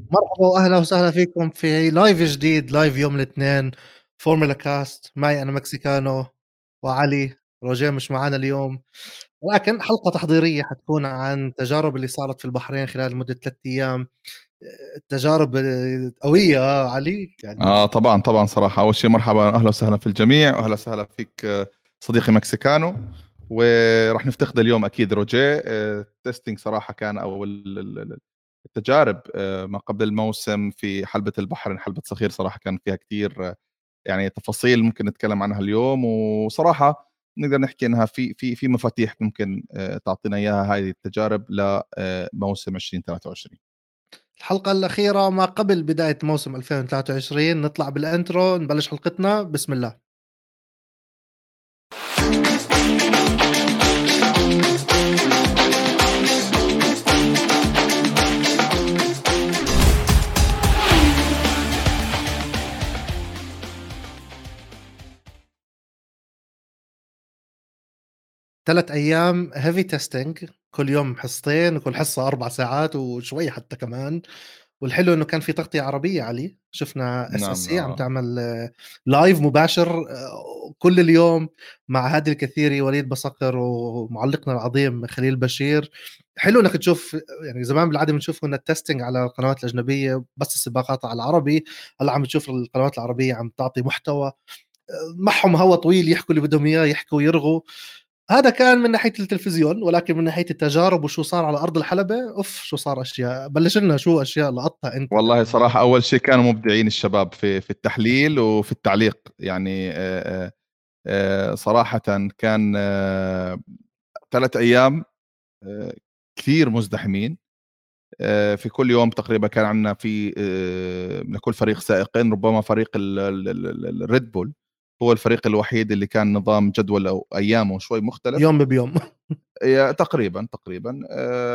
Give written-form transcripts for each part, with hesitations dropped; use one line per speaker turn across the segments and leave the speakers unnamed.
مرحبا واهلا وسهلا فيكم في لايف جديد، لايف يوم الاثنين فورمولا كاست. معي انا مكسيكانو وعلي. روجيه مش معانا اليوم، ولكن حلقه تحضيريه حتكون عن التجارب اللي صارت في البحرين خلال مده 3 ايام. التجارب قويه علي يعني.
طبعا صراحة أول شيء مرحبا أهلا وسهلا في الجميع وأهلا وسهلا فيك صديقي مكسيكانو. وراح نفتقد اليوم أكيد روجيه. التستنج صراحة كان أو التجارب ما قبل الموسم في حلبة البحر، حلبة صخير، صراحة كان فيها كتير يعني تفاصيل ممكن نتكلم عنها اليوم. وصراحة نقدر نحكي انها في مفاتيح ممكن تعطينا اياها هذه التجارب لموسم 2023.
الحلقه الاخيره ما قبل بدايه موسم 2023. نطلع بالانترو نبلش حلقتنا. بسم الله. 3 أيام heavy testing، كل يوم حصتين وكل حصة 4 ساعات وشوي حتى كمان. والحلو إنه كان في تغطية عربية علي، شفنا
نعم.
SSC عم تعمل لايف مباشر كل اليوم مع هادي الكثيري، وليد بصقر، ومعلقنا العظيم خليل بشير. حلو إنك تشوف، يعني زمان بالعادة بنشوف إن التستنج على القنوات الأجنبية بس السباقات على العربي. هلا عم تشوف القنوات العربية عم تعطي محتوى معهم هوا طويل يحكوا اللي بدهم إياه، يحكوا ويرغوا. هذا كان من ناحية التلفزيون، ولكن من ناحية التجارب وشو صار على أرض الحلبة، أوف شو صار. أشياء بلش لنا، شو أشياء لقطتها أنت
والله
يعني.
صراحة أول شيء كانوا مبدعين الشباب في التحليل وفي التعليق يعني. صراحة كان 3 أيام كثير مزدحمين. في كل يوم تقريبا كان عندنا في لكل فريق سائقين. ربما فريق الريد بول هو الفريق الوحيد اللي كان نظام جدول أو أيامه شوي مختلف.
يوم بيوم.
تقريبا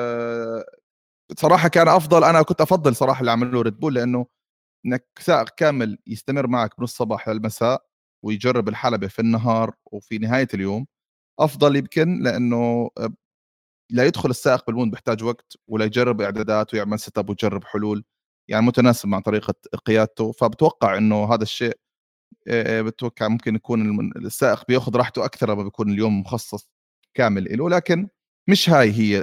صراحة كان أفضل. أنا كنت أفضل صراحة اللي عملوه ريد بول، لأنه إنك سائق كامل يستمر معك من الصباح للمساء ويجرب الحلبة في النهار وفي نهاية اليوم أفضل يمكن، لأنه لا يدخل السائق بالمود بيحتاج وقت، ولا يجرب إعدادات ويعمل سيت اب ويجرب حلول يعني متناسب مع طريقة قيادته. فبتوقع إنه هذا الشيء بتوقع ممكن يكون السائق بياخذ راحته أكثر لما بيكون اليوم مخصص كامل له. لكن مش هاي هي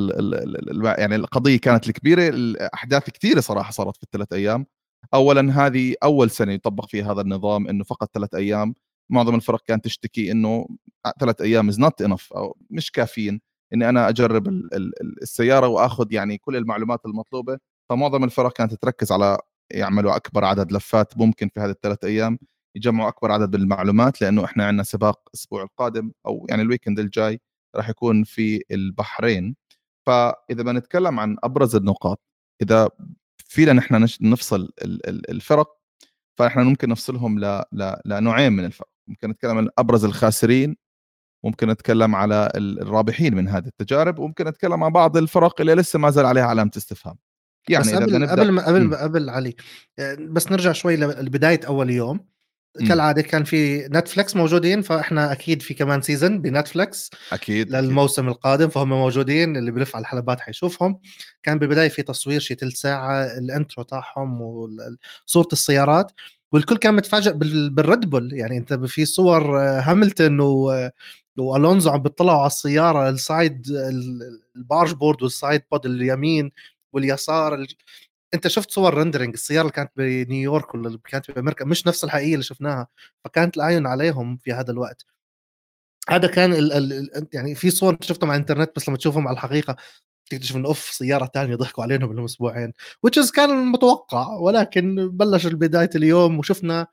يعني القضية كانت الكبيرة. الأحداث كثيرة صراحة صارت في ال3 أيام. أولا هذه أول سنة يطبق فيها هذا النظام، إنه فقط 3 أيام. معظم الفرق كانت تشتكي إنه 3 أيام is not enough أو مش كافيين إني أنا أجرب السيارة وأخذ يعني كل المعلومات المطلوبة. فمعظم الفرق كانت تركز على يعملوا أكبر عدد لفات ممكن في هذه ال3 أيام، يجمعوا أكبر عدد من المعلومات، لأنه إحنا عندنا سباق الأسبوع القادم أو يعني الويكند الجاي راح يكون في البحرين. فإذا بنتكلم عن أبرز النقاط، إذا فينا نحن نفصل الفرق، فإحنا ممكن نفصلهم لنوعين من الفرق. ممكن نتكلم عن أبرز الخاسرين، ممكن نتكلم على الرابحين من هذه التجارب، وممكن نتكلم عن بعض الفرق اللي لسه ما زال عليها علامة استفهام. يعني
بس
إذا بدنا
قبل
نبدأ.
قبل ما قبل ما قبل علي، بس نرجع شوي لبداية أول يوم.
امم
كالعادة كان في نتفليكس موجودين، فإحنا أكيد في كمان سيزن بنتفليكس
أكيد.
للموسم القادم، فهم موجودين. اللي بلف على الحلبات حيشوفهم. كان بالبداية في تصوير شي تلت ساعة، الانترو تاعهم وصورة السيارات، والكل كان متفاجئ بالريد بول. يعني انت في صور هاملتون والونزو عم بيطلعوا على السيارة، السايد البارج بورد والسايد بود اليمين واليسار. انت شفت صور رندرنج السيارة اللي كانت بنيويورك ولا اللي كانت بأمريكا، مش نفس الحقيقية اللي شفناها. فكانت العين عليهم في هذا الوقت. هذا كان يعني في صور شفتهم على الانترنت، بس لما تشوفهم على الحقيقه تكتشف انه اوف سياره تانية ضحكوا علينا من اسبوعين. which is كان متوقع، ولكن بلش بدايه اليوم وشفنا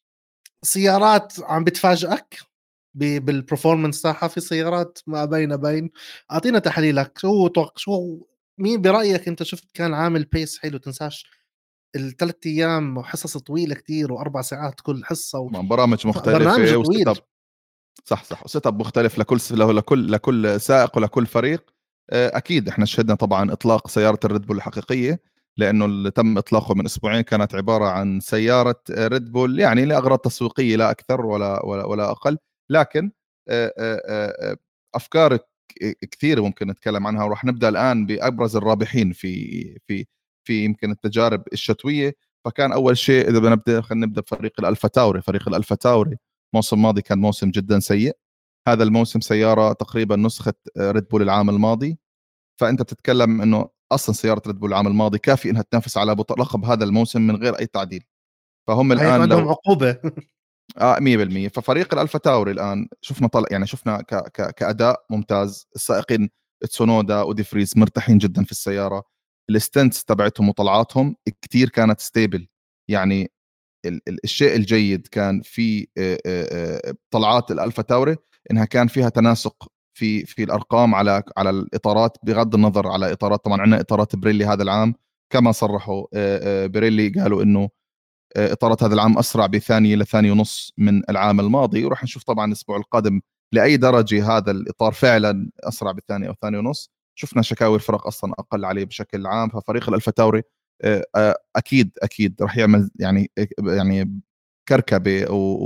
سيارات عم بتفاجئك بالperformance تاعها. في سيارات ما بين. اعطينا تحليلك، شو مين برايك انت شفت كان عامل بيس حلو تنساش؟ ال3 ايام حصص طويله كتير و4 ساعات كل حصه
برامج
برنامج
مختلفة وسيت
طويل.
اب. صح وسيت اب مختلف لكل سائق ولكل فريق. اكيد احنا شهدنا طبعا اطلاق سياره الريد بول الحقيقيه، لانه اللي تم اطلاقه من اسبوعين كانت عباره عن سياره ريد بول يعني لاغراض تسويقيه لا اكثر ولا اقل. لكن افكار كثيره ممكن نتكلم عنها، وراح نبدا الان بابرز الرابحين في في يمكن التجارب الشتويه. فكان اول شيء اذا بدنا نبدا، خلينا نبدا بفريق الالفا تاوري. فريق الالفا تاوري الموسم الماضي كان موسم جدا سيء. هذا الموسم سياره تقريبا نسخه ريد بول العام الماضي. فانت بتتكلم انه اصلا سياره ريد بول العام الماضي كافي انها تنافس على لقب هذا الموسم من غير اي تعديل. فهم
هيك
الان
عندهم
لو
عقوبه.
100%. ففريق الالفا تاوري الان شفنا طلع، يعني شفنا كاداء ممتاز. السائقين تسونودا ودي فريز مرتاحين جدا في السياره. الستنتس تبعتهم وطلعاتهم كتير كانت ستيبل. يعني الشيء الجيد كان في طلعات الالفا تاوري انها كان فيها تناسق في الارقام على الاطارات، بغض النظر على اطارات. طبعا عندنا اطارات بريلي هذا العام كما صرحوا بريلي، قالوا انه اطارات هذا العام اسرع بثانيه لثانيه ونص من العام الماضي. وراح نشوف طبعا الاسبوع القادم لاي درجه هذا الاطار فعلا اسرع بثانيه او ثانيه ونص. شفنا شكاوي الفرق اصلا اقل عليه بشكل عام. ففريق الالفا تاوري اكيد راح يعمل يعني كركبه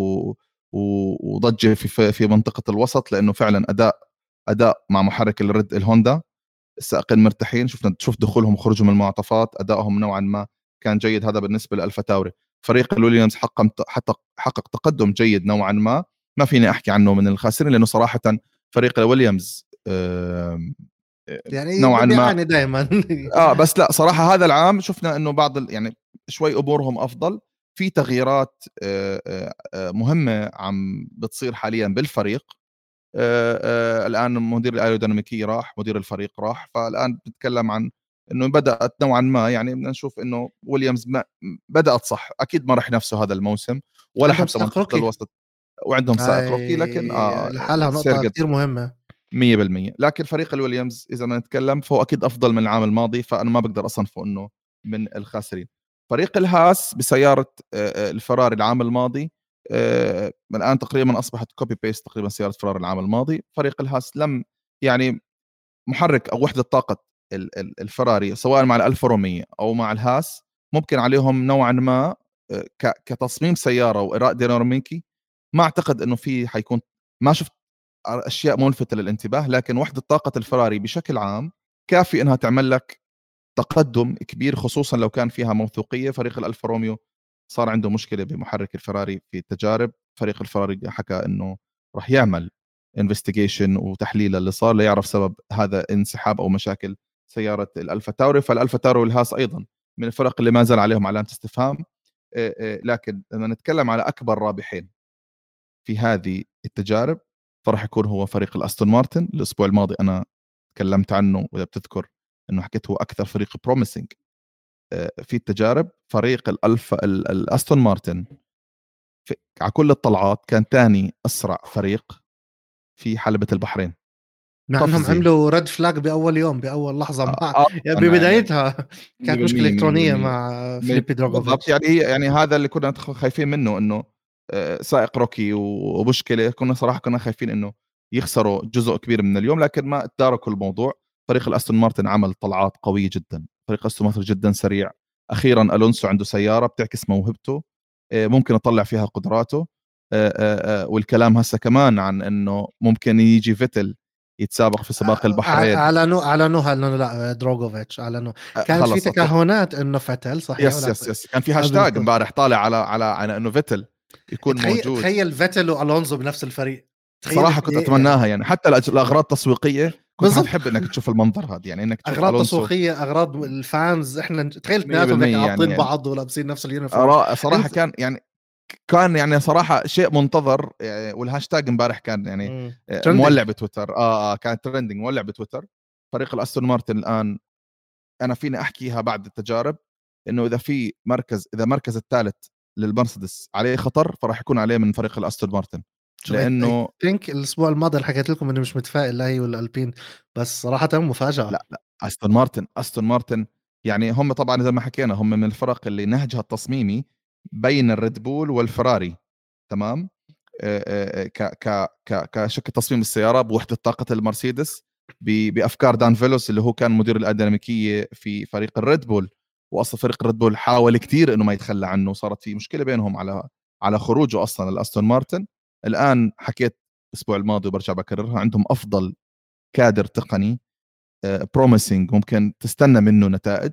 وضجه في منطقه الوسط، لانه فعلا اداء مع محرك الريد الهوندا. السائقين مرتاحين، شوف دخولهم وخروجهم من المعطفات، ادائهم نوعا ما كان جيد. هذا بالنسبه للالفا تاوري. فريق الويليامز حقق تقدم جيد نوعا ما فيني احكي عنه من الخاسرين، لانه صراحه فريق الويليامز
يعني
نوعا ما
بيعاني دائما.
بس لا صراحه هذا العام شفنا انه بعض يعني شوي امورهم افضل. في تغييرات مهمه عم بتصير حاليا بالفريق. الان مدير الايروديناميكيه راح، مدير الفريق راح. فالان بنتكلم عن انه بدات نوعا ما، يعني بدنا نشوف انه ويليامز بدات صح. اكيد ما راح ينافسوا هذا الموسم ولا
عندهم
حتى
سائق
منطقه
روكي،
الوسط، وعندهم سائق روكي، لكن
هاي لحالها
سير
نقطة
قد
كتير مهمة.
100%. لكن فريق الويليامز اذا ما نتكلم فهو اكيد افضل من العام الماضي، فانا ما بقدر اصنفه انه من الخاسرين. فريق الهاس بسياره الفراري العام الماضي الان تقريبا اصبحت كوبي بيست تقريبا سياره فراري العام الماضي. فريق الهاس لم يعني محرك او وحده طاقه الفراري سواء مع الالفا روميو او مع الهاس ممكن عليهم نوعا ما كتصميم سياره وإراء ديناميكي. ما اعتقد انه في حيكون، ما شفت اشياء ملفته للانتباه. لكن وحده طاقه الفراري بشكل عام كافي انها تعمل لك تقدم كبير، خصوصا لو كان فيها موثوقيه. فريق الالفا روميو صار عنده مشكله بمحرك الفراري في التجارب. فريق الفراري حكى انه راح يعمل انفستيجيشن وتحليل اللي صار ليعرف سبب هذا انسحاب او مشاكل سياره الالفا تاوري. فالالفا تاوري والهاس ايضا من الفرق اللي ما زال عليهم علامه استفهام. لكن لما نتكلم على اكبر رابحين في هذه التجارب فراح يكون هو فريق الاستون مارتن. الاسبوع الماضي انا تكلمت عنه، واذا بتذكر انه حكيت هو اكثر فريق بروميسنج في التجارب. فريق الالفا الاستون مارتن على كل الطلعات كان ثاني اسرع فريق في حلبة البحرين.
مع انهم
قفزة
عملوا ريد فلاج باول يوم، باول لحظة، مع يعني
يعني
ببدايتها كانت مشكلة
100%
الكترونية
100%
مع فيليبي
بالضبط.
دروغوفيتش.
يعني هي يعني هذا اللي كنا خايفين منه، انه سائق روكي ومشكله. كنا صراحه كنا خايفين انه يخسروا جزء كبير من اليوم، لكن ما تداركوا الموضوع. فريق الاستون مارتن عمل طلعات قويه جدا. فريق استون مارتن جدا سريع. اخيرا الونسو عنده سياره بتعكس موهبته، ممكن يطلع فيها قدراته. والكلام هسه كمان عن انه ممكن يجي فيتل يتسابق في سباق البحرين.
اعلنوها انه لا، دروغوفيتش اعلنوا. كانت في
خلص
تكهنات انه فتل صحيح
يس
ولا
يس يس كان في
قبل
هاشتاج امبارح طالع على انه فيتل يكون
تخيل
موجود.
تخيل فيتل والونزو بنفس الفريق، تخيل
صراحه كنت
اثنين يعني.
اتمناها، يعني حتى لاغراض تسويقيه كنت
بالضبط،
حتحب انك تشوف المنظر هذا، يعني انك تشوف
اغراض
الونسو
تسويقيه، اغراض الفانز. احنا تخيل اثنيناتهم هيك
100%.
عاطين
يعني
بعض ولابسين نفس اليونيفورم.
صراحه
انت
كان صراحه شيء منتظر. والهاشتاج امبارح كان يعني
ترندنج.
مولع بتويتر. كان ترندنج مولع بتويتر. فريق الاستون مارتن الان انا فيني احكيها بعد التجارب انه اذا مركز الثالث للمرسيدس عليه خطر فراح يكون عليه من فريق الاستون مارتن.
شوف، اي
لانه
ثينك الاسبوع الماضي اللي حكيت لكم اني مش متفائل لا هي ولا البين، بس صراحه مفاجاه.
لا استون مارتن يعني هم طبعا زي ما حكينا هم من الفرق اللي نهجها التصميمي بين الريد بول والفراري. تمام. ك ك ك كشكل تصميم السياره بوحده طاقه المرسيدس، بافكار دان فيلوس اللي هو كان مدير الايروديناميكيه في فريق الريد بول. واصلا فريق الريد بول حاول كثير انه ما يتخلى عنه، صارت في مشكله بينهم على خروجه اصلا الاستون مارتن. الان حكيت الاسبوع الماضي وبرجع بكررها، عندهم افضل كادر تقني بروميسنج ممكن تستنى منه نتائج.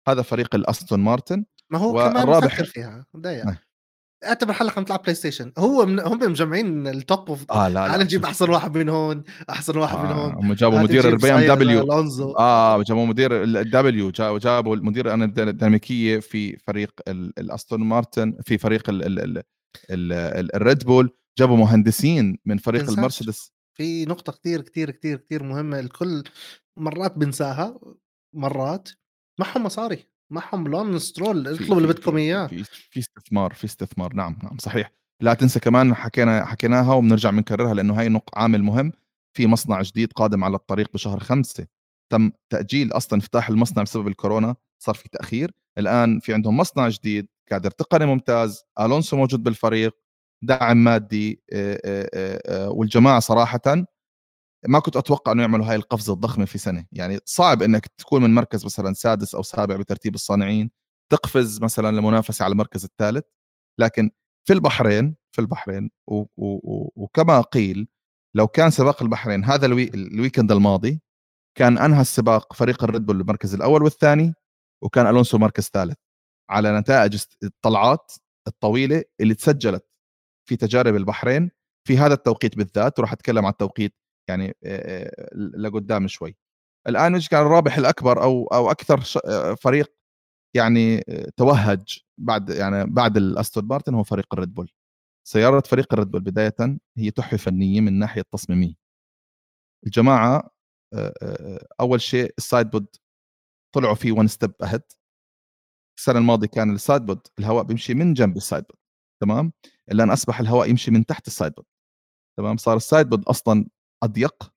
هذا فريق الأستون مارتن.
ما هو كمان
والرابح
فكر فيها ضيق، اعتبر حلقة تلعب بلاي ستيشن، هم مجمعين التوب اوف.
لا
تعال
لا
نجيب
شوف،
احسن واحد من هون، احسن واحد من هون،
هم جابوا
هات
مدير
نجيب
البي ام دبليو.
الونزو.
جابوا مدير الدبليو، جابوا المدير الديناميكيه في فريق الاستون مارتن، في فريق الريد بول. جابوا مهندسين من فريق
تنساش
المرسيدس.
في نقطة كتير كتير كتير كتير مهمة، الكل مرات بنساها، مرات معهم مصاري، معهم لون سترول،
في
اطلبوا اللي
في
بدكم
في
اياه.
في استثمار. نعم نعم صحيح. لا تنسى كمان، حكيناها وبنرجع بنكررها لانه هاي عامل مهم. في مصنع جديد قادم على الطريق بشهر 5. تم تأجيل اصلا افتتاح المصنع بسبب الكورونا، صار في تأخير. الان في عندهم مصنع جديد، كادر تقني ممتاز، الونسو موجود بالفريق، دعم مادي. والجماعه صراحه ما كنت اتوقع انه يعملوا هاي القفزه الضخمه في سنه. يعني صعب انك تكون من مركز مثلا سادس او سابع بترتيب الصانعين تقفز مثلا لمنافسه على المركز الثالث. لكن في البحرين وكما قيل، لو كان سباق البحرين هذا الويكند الماضي، كان انهى السباق فريق الريد بول المركز الاول والثاني، وكان الونسو مركز ثالث، على نتائج الطلعات الطويله اللي تسجلت في تجارب البحرين في هذا التوقيت بالذات. وراح اتكلم عن التوقيت يعني لقدام شوي. الان ايش كان الرابح الاكبر او اكثر فريق يعني توهج بعد الاستون مارتن هو فريق الريد بول. سياره فريق الريد بول بدايه هي تحفه فنيه من ناحيه تصميميه. الجماعه اول شيء السايد بود طلعوا فيه 1 ستيب اهيد. السنه الماضيه كان السايد بود الهواء بيمشي من جنب السايد بود، تمام. الان اصبح الهواء يمشي من تحت السايد بود، تمام. صار السايد بود اصلا اضيق.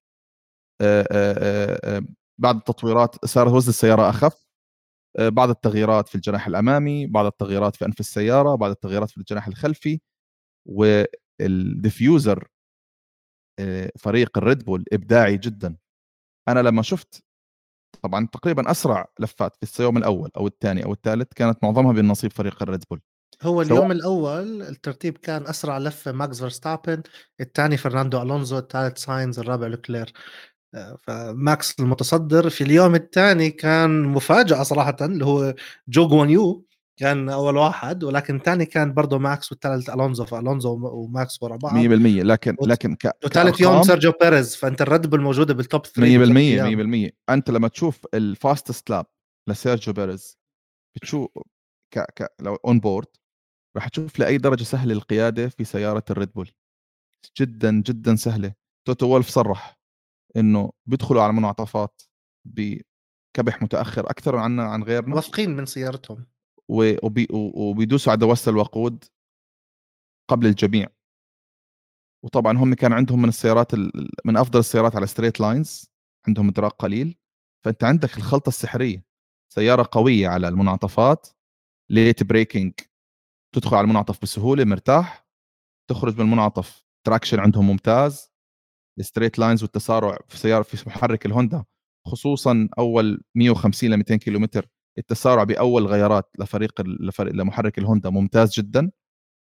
بعض التطويرات صار وزن السياره اخف. بعض التغييرات في الجناح الامامي، بعض التغييرات في انف السياره، بعض التغييرات في الجناح الخلفي. والديفيوزر فريق الريد بول ابداعي جدا. انا لما شفت طبعا تقريبا اسرع لفات في اليوم الاول او الثاني او الثالث كانت معظمها بنصيب فريق الريد بول.
هو
سواء
اليوم الأول الترتيب كان أسرع لفة ماكس فيرستابن، الثاني فرناندو ألونزو، الثالث ساينز، الرابع لوكلير. فماكس المتصدر. في اليوم الثاني كان مفاجأة صراحة، اللي هو جو جوانيو كان أول واحد، ولكن الثاني كان برضه ماكس، والثالث ألونزو، فألونزو وماكس ورا بعض.
100%. لكن
وثالث يوم
كارقام
سيرجيو بيريز. فأنت الريد بول موجودة بالتوب 3 بثلاث
100%.
أيام
100%. انت لما تشوف الفاستست لاب لسيرجيو بيريز بتشوف لو اون بورد راح تشوف لاي درجه سهله القياده في سياره الريد بول. جدا جدا سهله. توتو وولف صرح انه بيدخلوا على منعطفات بكبح متاخر اكثر عنا عن غيرنا،
واثقين من سيارتهم.
وبيدوسوا على دواسه الوقود قبل الجميع. وطبعا هم كان عندهم من السيارات من افضل السيارات على ستريت لاينز، عندهم ادراك قليل. فانت عندك الخلطه السحريه، سياره قويه على المنعطفات، ليت بريكنج، تدخل على المنعطف بسهوله مرتاح، تخرج من المنعطف تراكشن عندهم ممتاز. الستريت لاينز والتسارع في سياره في محرك الهوندا، خصوصا اول 150 ل 200 كيلومتر، التسارع باول غيارات لمحرك الهوندا ممتاز جدا.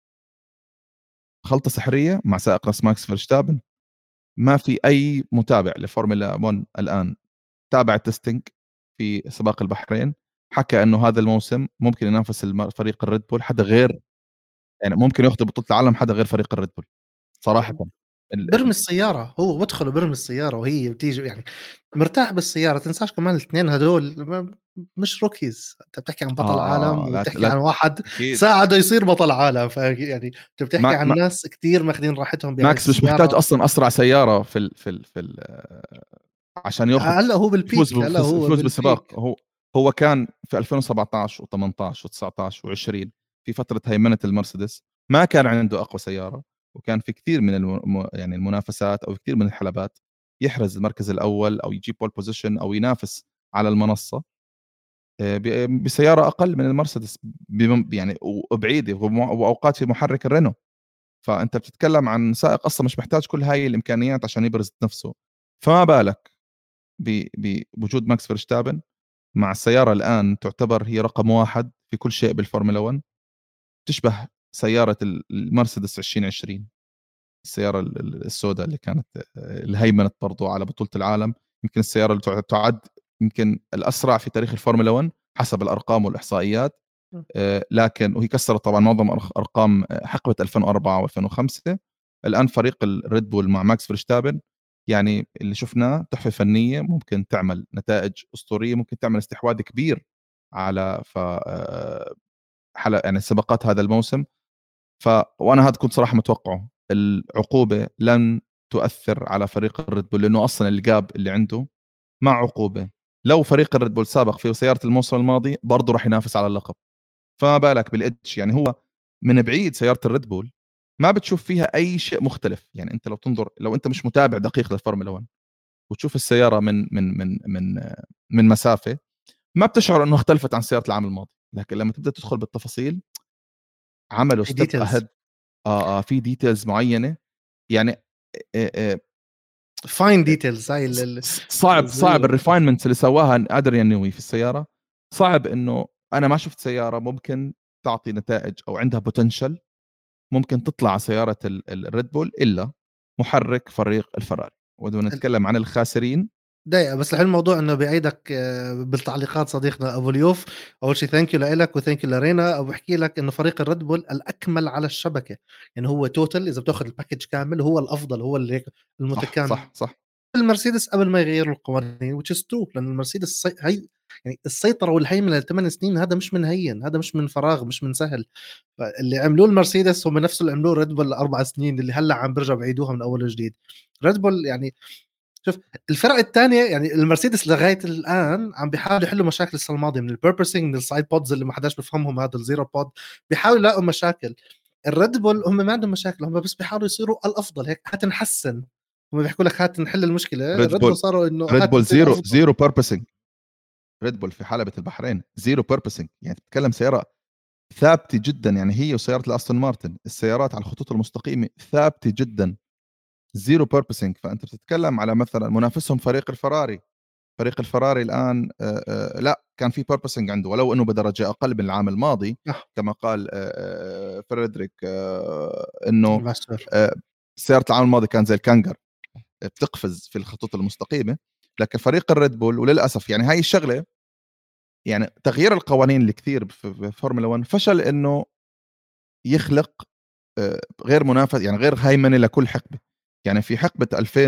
خلطه سحريه مع سائق راس ماكس فيرشتابن. ما في اي متابع لفورمولا 1 الان تابع التستنج في سباق البحرين حكى انه هذا الموسم ممكن ينافس فريق الريد بول حدا غير، يعني ممكن ياخذ بطوله العالم حدا غير فريق الريد بول صراحه.
برمي السيارة، هو بدخل وبرمي السيارة وهي بتيجي يعني مرتاح بالسيارة. تنساش كمان الاثنين هدول مش روكيز، انت بتحكي عن بطل عالم،
لا
وبتحكي
لا
عن واحد
اكيد.
ساعده يصير بطل عالم. يعني انت بتحكي
ما
عن
ما
ناس كتير ماخذين راحتهم بهاي
ماكس مش محتاج
السيارة.
اصلا اسرع سياره عشان ياخذ
هلا هو بالبيك، هلا هو
يفوز بالسباق.
بالبيك.
هو كان في 2017 و18 و19 و20 في فتره هيمنه المرسيدس ما كان عنده اقوى سياره، وكان في كثير من يعني المنافسات او كثير من الحلبات يحرز المركز الاول او يجيب بول بوزيشن او ينافس على المنصه بسياره اقل من المرسيدس يعني وبعيده، واوقات في محرك الرينو. فانت بتتكلم عن سائق اصلا مش محتاج كل هاي الامكانيات عشان يبرز نفسه. فما بالك بوجود ماكس فيرشتابن مع السياره الان تعتبر هي رقم واحد في كل شيء بالفورمولا 1، تشبه سياره المرسيدس 2020، السياره السوداء اللي كانت اللي هيمنت برضو على بطوله العالم. يمكن السياره اللي تعد يمكن الاسرع في تاريخ الفورمولا 1 حسب الارقام والاحصائيات. لكن وهي كسرت طبعا معظم ارقام حقبه 2004 و2005. الان فريق الريد بول مع ماكس فيرستابن يعني اللي شفناه تحفه فنيه، ممكن تعمل نتائج اسطوريه، ممكن تعمل استحواذ كبير على يعني سباقات هذا الموسم. وانا هذا كنت صراحه متوقعه. العقوبه لن تؤثر على فريق الريد بول، لانه اصلا الجاب اللي عنده مع عقوبه. لو فريق الريد بول سابق في سياره الموسم الماضي برضه راح ينافس على اللقب، فما بالك بالإدج. يعني هو من بعيد سياره الريد بول ما بتشوف فيها اي شيء مختلف. يعني انت لو تنظر، لو انت مش متابع دقيق للفورمولا 1 وتشوف السياره من مسافه، ما بتشعر انه اختلفت عن سياره العام الماضي. لكن لما تبدا تدخل بالتفاصيل عملوا
في
ستيب
ديتيلز،
اهيد. في ديتيلز معينه يعني.
فاين ديتيلز هاي
صعب
الصغيره.
الريفاينمنتس اللي سواها ادريان نيوي في السياره. صعب انه انا ما شفت سياره ممكن تعطي نتائج او عندها بوتنشل ممكن تطلع على سياره الريد بول الا محرك فريق الفراري. وبدنا نتكلم عن الخاسرين.
دقيقة بس. الحين الموضوع انه بيعيدك بالتعليقات صديقنا ابو اليوف. اول شيء ثانك يو لك وثانك يو لرينا. او بحكي لك انه فريق الريد بول الاكمل على الشبكة، يعني هو توتال اذا بتاخذ الباكج كامل هو الافضل، هو اللي
صح
المتكامل.
صح صح.
المرسيدس قبل ما يغيروا القوانين which is true، لان المرسيدس هي يعني السيطرة والهيمنة ل8 سنين، هذا مش من هين، هذا مش من فراغ، مش من سهل. فاللي عملوه المرسيدس هم نفسه اللي عملوه ريد بول 4 سنين، اللي هلا عم بيرجعوا بعيدوها من اول وجديد. ريد بول يعني شوف الفرق الثانيه، يعني المرسيدس لغايه الان عم بيحاولوا يحلوا مشاكل السنه الماضيه من البيربسينج، من السايد بودز اللي ما حداش بفهمهم، هذا الزيرو بود. بيحاولوا يلاقوا مشاكل. الريد بول هم ما عندهم مشاكل، هم بس بيحاولوا يصيروا الافضل، هيك هات نحسن. هم بيحكوا لك هات نحل المشكله.
ريد
الريد بول
بول
صاروا انه
ريد
هات
بول
نصير
زيرو
افضل.
زيرو بيربسنج. ريد بول في حلبة البحرين زيرو بيربسنج، يعني تتكلم سيارة ثابتة جدا. يعني هي وسيارة الأستون مارتن السيارات على الخطوط المستقيمة ثابتة جدا، زيرو بيربسنج. فأنت بتتكلم على مثلا منافسهم فريق الفراري. فريق الفراري الآن لا كان في بيربسنج عنده، ولو أنه بدرجة أقل من العام الماضي.
صح.
كما قال فريدريك أنه
الفاستر.
آه، سيارة العام الماضي كان زي الكانجر بتقفز في الخطوط المستقيمة. لكن فريق الريد بول وللأسف يعني هاي الشغلة، يعني تغيير القوانين الكثير في فورمولا 1 فشل انه يخلق غير منافس، يعني غير هيمنه لكل حقبه. يعني في حقبه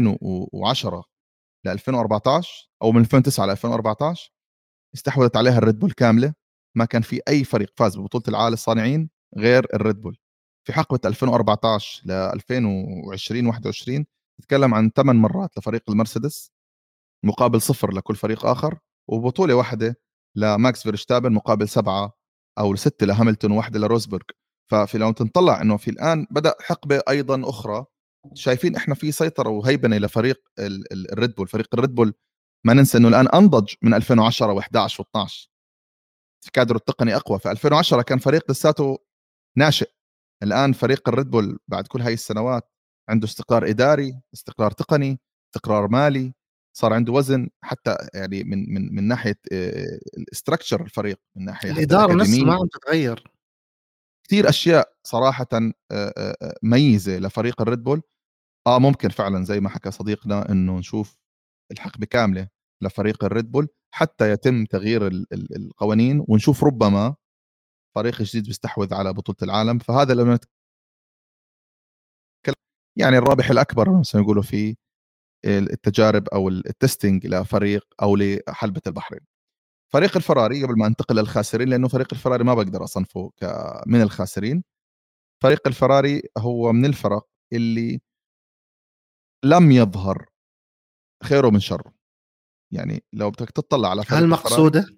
2010 ل 2014 او من 2009 ل 2014 استحوذت عليها الريد بول كامله. ما كان في اي فريق فاز ببطوله العالم الصانعين غير الريد بول. في حقبه 2014 ل 2020 21 نتكلم عن 8 مرات لفريق المرسيدس مقابل 0 لكل فريق آخر، وبطولة واحدة لماكس فيرشتابن مقابل 7 أو 6 لهاملتون وواحدة لروزبرغ. ففي لو تنطلع إنه في الآن بدأ حقبة أيضا أخرى، شايفين إحنا في سيطرة وهيبنة لفريق الريد بول. فريق الريد بول ما ننسى إنه الآن أنضج من 2010 و11 و12. في كادره التقني أقوى. في 2010 كان فريق لساته ناشئ. الآن فريق الريد بول بعد كل هاي السنوات عنده استقرار إداري، استقرار تقني، استقرار مالي، صار عنده وزن حتى يعني من ناحية الاستراكشر الفريق، من ناحية حتى
الاداره نفسها ما
الأكاديمية.
عم تتغير.
كثير أشياء صراحة ميزة لفريق الريد بول. ممكن فعلا زي ما حكى صديقنا إنه نشوف الحقبة كاملة لفريق الريد بول حتى يتم تغيير القوانين، ونشوف ربما فريق جديد بيستحوذ على بطولة العالم. فهذا لما يعني الرابح الأكبر مثلا يقولوا في التجارب أو التستنج لفريق أو لحلبة البحرين. فريق الفراري قبل ما انتقل للخاسرين، لأنه فريق الفراري ما بقدر أصنفه من الخاسرين. فريق الفراري هو من الفرق اللي لم يظهر خيره من شره. يعني لو بدك تطلع على
هل
فريق الفراري،
مقصوده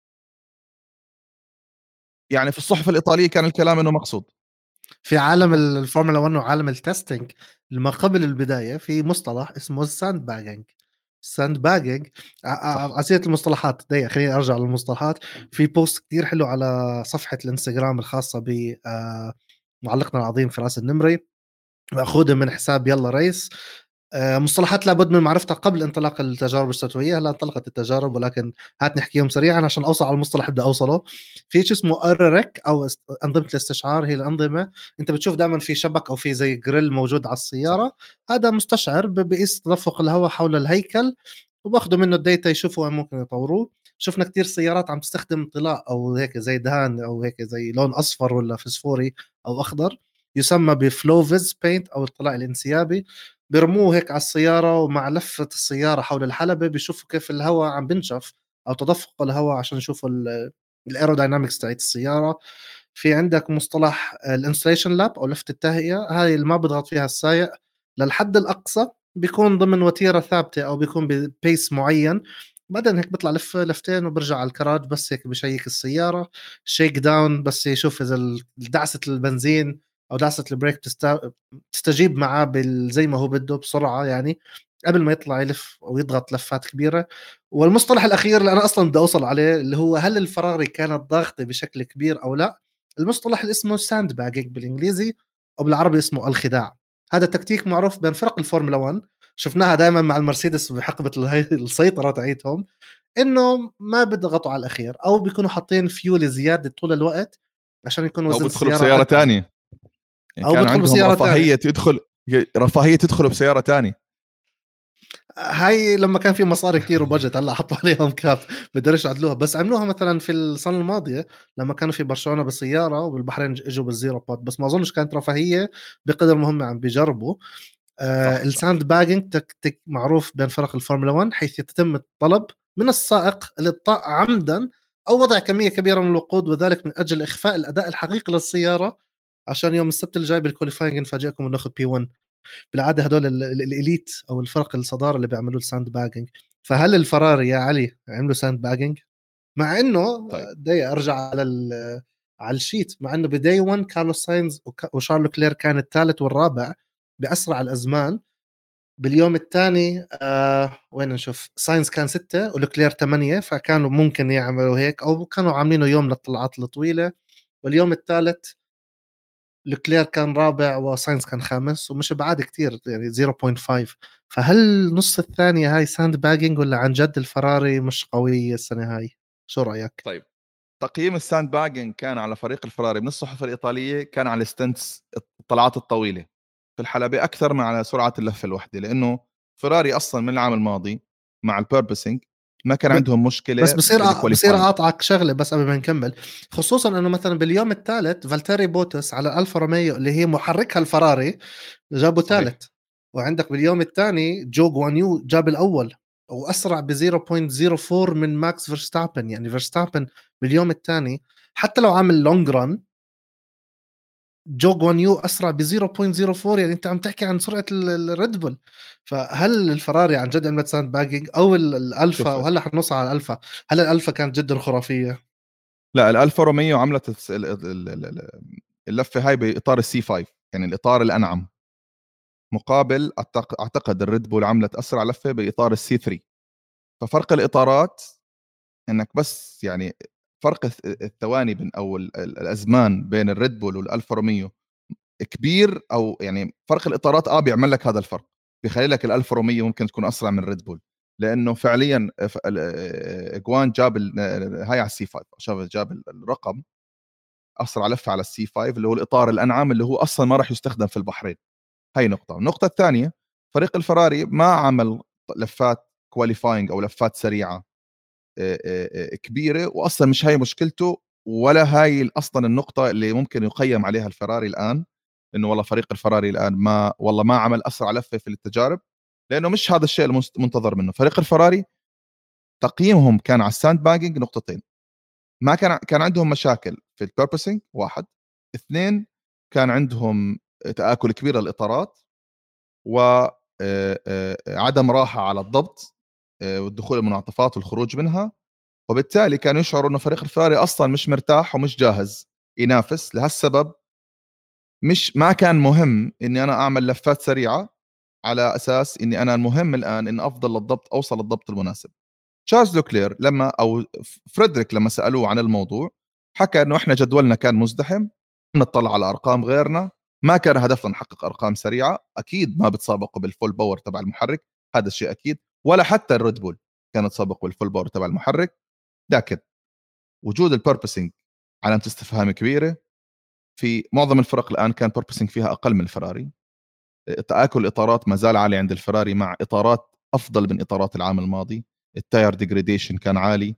يعني في الصحف الإيطالية كان الكلام إنه مقصود.
في عالم الفورمولا 1 وعالم التستنج ما قبل البدايه في مصطلح اسمه الساند باجنج. الساند باجنج
صح
عسيرة المصطلحات دقيقة، خليني ارجع للمصطلحات. في بوست كتير حلو على صفحة الانستغرام الخاصة ب معلقنا العظيم فراس النمري، مأخوذة من حساب يلا ريس. مصطلحات لابد من معرفتها قبل انطلاق التجارب الشتوية. هلا انطلقت التجارب ولكن هات نحكيهم سريعا عشان اوصل على المصطلح بدي اوصله. في شيء اسمه اررك او انظمة الاستشعار. هي الانظمة انت بتشوف دائما في شبك او في زي جريل موجود على
صح
السيارة. هذا مستشعر بقيس تدفق الهواء حول الهيكل، وباخذوا منه الداتا يشوفوا وين ممكن يطوروه. شفنا كتير سيارات عم تستخدم طلاء او هيك زي دهان او هيك زي لون اصفر ولا فسفوري او اخضر، يسمى بفلوفيز بينت او الطلاء الانسيابي. بيرموه هيك على السيارة، ومع لفة السيارة حول الحلبة بيشوفوا كيف الهواء عم بنشف أو تدفق الهواء عشان يشوفوا الايروداينامكس تاعت السيارة. في عندك مصطلح الانستليشن لاب أو لفة التهيئة، هاي اللي ما بضغط فيها السائق للحد الأقصى، بيكون ضمن وتيرة ثابتة أو بيكون ببيس معين. بعدين هيك بيطلع لفتين وبرجع على الكراج، بس هيك بشيك السيارة. شيك داون بس يشوف إذا دعسة البنزين أو دعسة البريك تستجيب معاه زي ما هو بده بسرعة يعني، قبل ما يطلع يلف أو يضغط لفات كبيرة. والمصطلح الأخير اللي أنا أصلا بدي أوصل عليه اللي هو هل الفراري كانت ضاغطة بشكل كبير أو لا. المصطلح اللي اسمه ساند باجينج بالإنجليزي، أو بالعربي اسمه الخداع. هذا تكتيك معروف بين فرق الفورمولا 1، شفناها دائما مع المرسيدس بحقبة السيطرة تاعتهم، إنه ما بيضغطوا على الأخير أو بيكونوا حاطين فيول زيادة طول الوقت عشان يكون
او
وزن
بدخلوا
السيارة
بسياره
أتقل،
تانية، يعني
أو
كان
بدخل
عندهم
بسيارة ثانية.
رفاهيه تدخلوا بسياره تانية.
هاي لما كان في مصاري كتير وبجت، هلا حطوا عليهم كاب بقدرش يعدلوها. بس عملوها مثلا في السنه الماضيه لما كانوا في برشلونه بالسياره، وبالبحرين اجوا بالزيرو بوت، بس ما اظنش كانت رفاهيه بقدر ما هم عم بيجربوا.
صح صح.
الساند باجنج تكتيك معروف بين فرق الفورمولا 1، حيث يتم الطلب من السائق الابطاء عمدا او وضع كميه كبيره من الوقود، وذلك من اجل اخفاء الاداء الحقيقي للسياره، عشان يوم السبت الجاي بالكواليفاينج نفاجئكم وناخذ بي 1. بالعاده هدول الاليت او الفرق الصداره اللي بيعملوا الساند باجنج. فهل الفراري يا علي عملوا ساند باجنج؟ مع انه
طيب
بدي ارجع على على الشيت، مع انه بداي 1 كارلوس ساينز وشارلو كلير كان الثالث والرابع باسرع الازمان. باليوم الثاني وين نشوف ساينز كان 6 ولوكلير 8، فكانوا ممكن يعملوا هيك او كانوا عاملينه يوم للطلعات الطويله. واليوم الثالث لوكلير كان رابع وساينز كان خامس، ومش بعاد كتير يعني 0.5. فهل نص الثانية هاي ساند باجينج، ولا عن جد الفراري مش قوية السنة هاي؟ شو رأيك؟
طيب، تقييم الساند باجن كان على فريق الفراري من الصحف الإيطالية كان على الستنتس الطلعات الطويلة في الحلبة أكثر من على سرعة اللفة الواحدة، لأنه فراري أصلا من العام الماضي مع البيربسينج ما كان
ب...
عندهم
بس
مشكلة
بصير
بالكواليفاينج.
اقاطعك شغله بس قبل ما نكمل، خصوصا انه مثلا باليوم الثالث فالتيري بوتس على الفا روميو اللي هي محركها الفراري جابوا
صحيح.
ثالث. وعندك باليوم الثاني جو جوانيو جاب الاول واسرع ب 0.04 من ماكس فيرستابن. يعني فيرستابن باليوم الثاني حتى لو عامل لونج ران، جو جوانيو اسرع ب 0.04. يعني انت عم تحكي عن سرعه الريد بول. فهل الفراري عن جد عملت ساند باجينج او الالفا؟
شوف،
وهلا حنوصل على الالفا. هل الالفا كانت جدا خرافيه؟
لا الألفا روميو عملت اللفة هاي بإطار السي 5، يعني الإطار الأنعم، مقابل أعتقد الريد بول عملت أسرع لفة بإطار السي 3. ففرق الإطارات انك بس يعني فرق الثواني بين او الازمان بين الريد بول والالفا روميو كبير، او يعني فرق الاطارات بيعمل لك هذا الفرق، بيخلي لك الالفا روميو ممكن تكون اسرع من الريد بول، لانه فعليا جوان جاب هاي على السي 5، شاف جاب الرقم اسرع لفه على السي 5 اللي هو الاطار الانعم اللي هو اصلا ما راح يستخدم في البحرين. هاي نقطه. النقطه الثانيه، فريق الفراري ما عمل لفات كواليفاينج او لفات سريعه كبيره، واصلا مش هاي مشكلته، ولا هاي اصلا النقطه اللي ممكن يقيم عليها الفراري الان، انه والله فريق الفراري الان ما والله ما عمل اسرع لفه في التجارب، لانه مش هذا الشيء المنتظر منه. فريق الفراري تقييمهم كان على الساند باجنج نقطتين، ما كان عندهم مشاكل في البيربسينج، واحد. اثنين، كان عندهم تآكل كبير للاطارات، و عدم راحه على الضبط والدخول المنعطفات والخروج منها. وبالتالي كانوا يشعروا انه فريق الفراري اصلا مش مرتاح ومش جاهز ينافس. لهالسبب مش ما كان مهم اني انا اعمل لفات سريعه، على اساس اني انا المهم الان ان افضل للضبط، اوصل للضبط المناسب. تشارلز لوكلير لما او فريدريك لما سالوه عن الموضوع، حكى انه احنا جدولنا كان مزدحم، نطلع على ارقام غيرنا، ما كان هدفنا نحقق ارقام سريعه، اكيد ما بتسابقوا بالفول باور تبع المحرك، هذا الشيء اكيد، ولا حتى الريد بول كانت تسابق بالفول باور تبع المحرك. لكن وجود البيربسينج علامة استفهام كبيرة. في معظم الفرق الآن كان بيربسينج فيها أقل من الفراري. تآكل الإطارات ما زال عالي عند الفراري، مع إطارات أفضل من إطارات العام الماضي. التاير ديجريديشن كان عالي.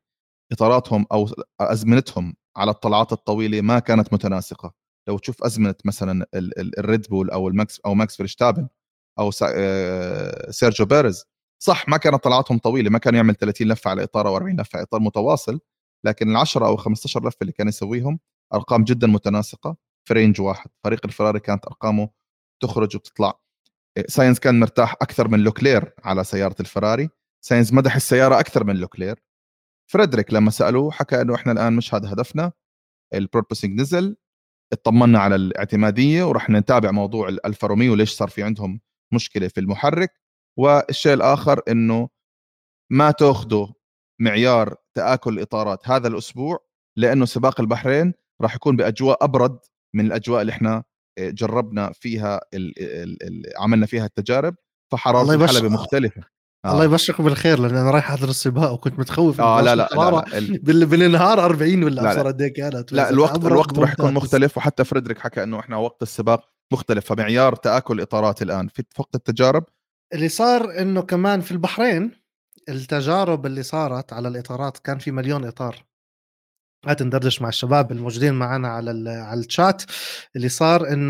اطاراتهم او ازمنتهم على الطلعات الطويله ما كانت متناسقه. لو تشوف ازمنه مثلا الريد بول او الماكس او ماكس فيرستابن او سيرجيو بيريز، صح ما كانت طلعاتهم طويله، ما كان يعمل 30 لفه على اطار او 40 لفه على اطار متواصل، لكن ال10 او 15 لفه اللي كان يسويهم ارقام جدا متناسقه في رينج واحد. فريق الفراري كانت ارقامه تخرج وتطلع. ساينز كان مرتاح اكثر من لوكلير على سياره الفراري، ساينز مدح السياره اكثر من لوكلير. فريدريك لما سالوه حكى انه احنا الان مش هذا هدفنا، البروبوسينج نزل، اطمنا على الاعتماديه وراح نتابع موضوع الالفا روميو ليش صار في عندهم مشكله في المحرك. والشيء الاخر انه ما تاخذوا معيار تآكل الاطارات هذا الاسبوع، لانه سباق البحرين راح يكون باجواء ابرد من الاجواء اللي احنا جربنا فيها عملنا فيها التجارب، فحراره
الله يبشر
الحلبة مختلفه.
الله
اه
يبشركم بالخير، لان انا رايح احضر السباق وكنت متخوف انه
لا
درجه
لا لا
الحراره
لا
بالنهار 40 ولا
لا
ابصر
لا
قد ايه كانت،
لا
واذا كان ابرد
الوقت راح يكون
ممتاز.
مختلف. وحتى فريدريك حكى انه احنا وقت السباق مختلف، فمعيار تآكل الاطارات الان في وقت التجارب.
اللي صار انه كمان في البحرين التجارب اللي صارت على الاطارات كان في مليون اطار. قاعد ندردش مع الشباب الموجودين معنا على على الشات. اللي صار انه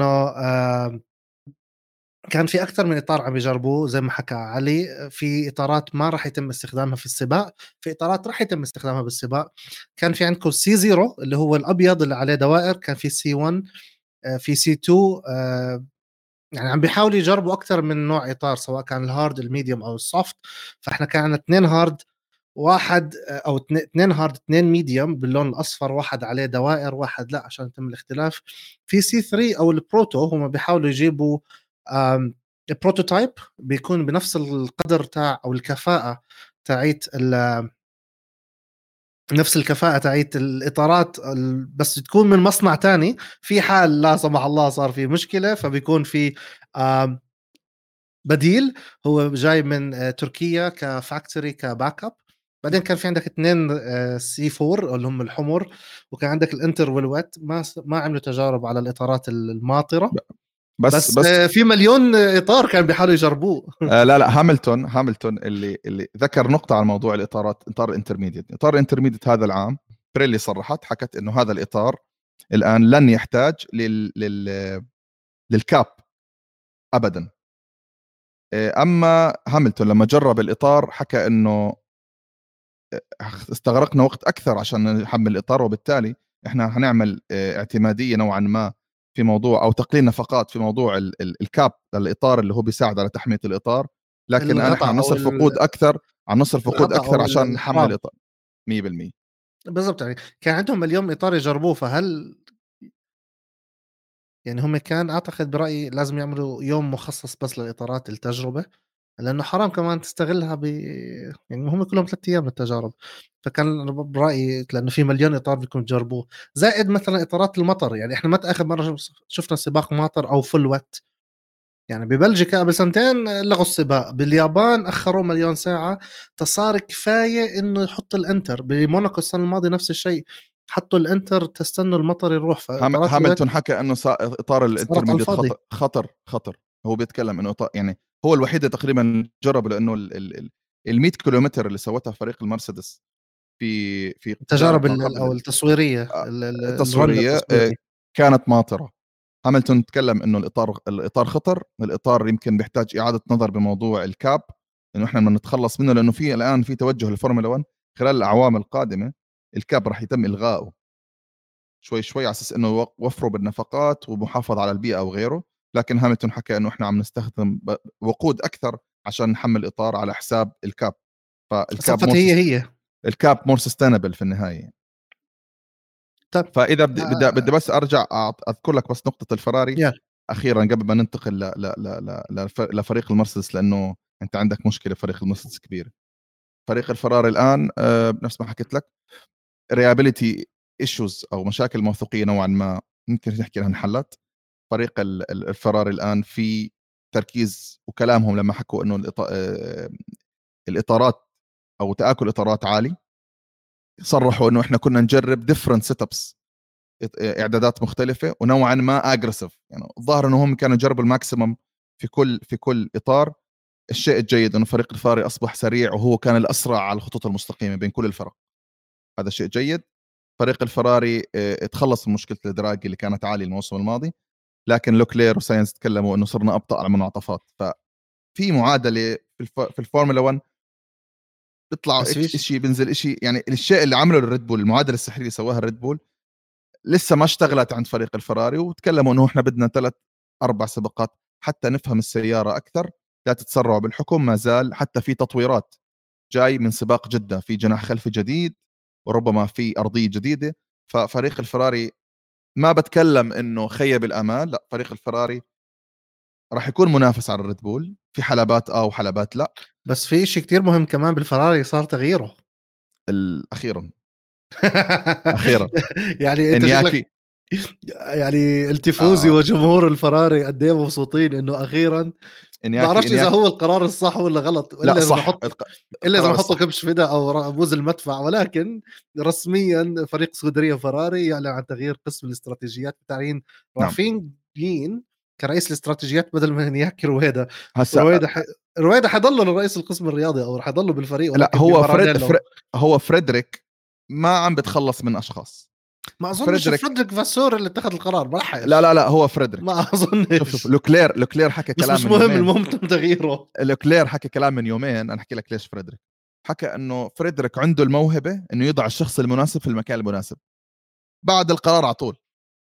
كان في اكثر من اطار عم يجربوه زي ما حكى علي. في اطارات ما راح يتم استخدامها في السباق، في اطارات راح يتم استخدامها بالسباق. كان في عندكم سي 0 اللي هو الابيض اللي عليه دوائر، كان في سي 1، في سي 2. يعني عم بيحاولوا يجربوا اكثر من نوع اطار، سواء كان الهارد الميديوم او السوفت. فاحنا كان عندنا 2 هارد، واحد او 2 هارد 2 ميديوم باللون الاصفر، واحد عليه دوائر واحد لا، عشان يتم الاختلاف. في سي 3 او البروتو هم بيحاولوا يجيبوا البروتوتايب بيكون بنفس القدر تاع او الكفاءه تاعيت نفس الكفاءة تاعيت الإطارات بس تكون من مصنع تاني. في حال لا سمح الله صار في مشكلة فبيكون في آم، بديل هو جاي من تركيا كفاكتوري كباك اب. بعدين كان في عندك 2 سي 4 اللي هم الحمر، وكان عندك الانتر والويت. ما عملوا تجارب على الإطارات الماطرة،
بس
بس
بس
في مليون إطار كان بيحاولوا يجربوه.
لا لا، هاملتون اللي ذكر نقطة على موضوع الإطارات، إطار الانترميديت. إطار الانترميديت هذا العام بريلي صرحت حكت إنه هذا الإطار الآن لن يحتاج للكاب أبدا. أما هاملتون لما جرب الإطار حكى إنه استغرقنا وقت أكثر عشان نحمل الإطار، وبالتالي إحنا هنعمل اعتمادية نوعا ما في موضوع أو تقليل نفقات في موضوع الكاب للإطار اللي هو بيساعد على تحمية الإطار، لكن
الغطاء
احنا عم
او
نصرف وقود أكثر، عم نصرف وقود
الغطاء
أكثر
او
عشان نحمل
الحرام.
الإطار. 100%.
بالضبط، يعني كان عندهم مليون إطار يجربوه. فهل يعني هم كان أعتقد برأيي لازم يعملوا يوم مخصص بس للإطارات التجربة، لأنه حرام كمان تستغلها يعني هم كلهم 3 أيام للتجارب. فكان برأيي لأنه في مليون إطار بدكم تجربوه، زائد مثلا إطارات المطر. يعني إحنا متى آخر مرة شفنا سباق مطر أو فل وات؟ يعني ببلجيكا قبل 2 سنين لغوا السباق، باليابان أخروا مليون ساعة. تصار كفاية إنه يحط الأنتر. بموناكو السنة الماضية نفس الشيء، حطوا الأنتر تستنوا المطر يروح. فإطارات الويت
هاملتون حكى انه اطار
صارت على
الانترميديت
الفاضي.
خطر. هو بيتكلم انه يعني هو الوحيد اللي تقريبا جرب، لانه ال 100 كيلومتر اللي سوتها فريق المرسيدس في تجارب
التجارب
ما قبل
أو التصويرية
آه،
الرن
التصويريه
التصويري.
كانت ماطره. هاملتون تكلم انه الاطار خطر، الاطار يمكن بيحتاج اعاده نظر بموضوع الكاب، انه احنا بدنا نتخلص منه، لانه في الان في توجه للفورمولا 1 خلال الاعوام القادمه الكاب راح يتم الغائه شوي شوي على اساس انه وفروا بالنفقات ومحافظ على البيئه وغيره. لكن هامilton حكى انه احنا عم نستخدم وقود اكثر عشان نحمل اطار على حساب الكاب، فالكاب
صفت هي.
الكاب مور سستينبل في النهايه.
طب
فاذا بدي بس ارجع اذكر لك بس نقطه الفراري
يلا.
اخيرا قبل ما ننتقل لفريق المرسيدس، لانه انت عندك مشكله فريق المرسيدس كبير. فريق الفراري الان نفس ما حكيت لك ريابيليتي ايشوز او مشاكل موثوقيه نوعا ما ممكن نحكي انها انحلت. فريق الفراري الان في تركيز، وكلامهم لما حكوا انه الاطارات او تاكل اطارات عالي، صرحوا انه احنا كنا نجرب ديفرنت سيت ابس، اعدادات مختلفه ونوعا ما اجريسيف. يعني الظاهر انه هم كانوا يجربوا الماكسيمم في كل اطار. الشيء الجيد انه فريق الفراري اصبح سريع، وهو كان الاسرع على الخطوط المستقيمه بين كل الفرق. هذا شيء جيد. فريق الفراري تخلص من مشكله الادراج اللي كانت عاليه الموسم الماضي، لكن لوكلير وساينس تكلموا انه صرنا ابطا على المنعطفات. ففي معادله في الفورمولا 1 بيطلع شيء بينزل شيء. يعني الشيء اللي عمله الريد بول، المعادله السحريه اللي سواها الريد بول، لسه ما اشتغلت عند فريق الفراري. وتكلموا انه احنا بدنا 3-4 سباقات حتى نفهم السياره اكثر، لا تتسرعوا بالحكم. ما زال حتى في تطويرات جاي من سباق جدة، في جناح خلفي جديد وربما في أرضية جديدة. ففريق الفراري ما بتكلم إنه خيب الأمال، لا، فريق الفراري راح يكون منافس على الريد بول في حلبات وحلبات لا.
بس في شيء كتير مهم كمان بالفراري، صار تغييره.
أخيرا أخيرا
يعني انت
إنياكي
شكلك يعني التفوزي وجمهور الفراري قد ايه مبسوطين انه اخيرا. ما بعرفش اذا هو القرار الصح ولا غلط،
لا
الا اذا
صح.
نحط الا اذا نحطه كبش فدا او بوز المدفع. ولكن رسميا فريق سكودريا فراري يعلن عن تغيير قسم الاستراتيجيات بتعيين رافين جلين كرئيس الاستراتيجيات بدل من ياكي رويدا.
هسا
رويدا حيضله رئيس القسم الرياضي او رح يضله بالفريق، ولكن
لا، هو فريدريك ما عم بتخلص من اشخاص.
ما اظنش فريدريك فاسور اللي اتخذ القرار، ما راح.
لا هو فريدريك،
ما اظنش.
شوف لوكلير حكى كلام
بس مش مهم، المهم تم تغييره.
لوكلير حكى كلام من يومين، انا احكي لك ليش. فريدريك حكى انه فريدريك عنده الموهبه انه يضع الشخص المناسب في المكان المناسب بعد القرار على طول.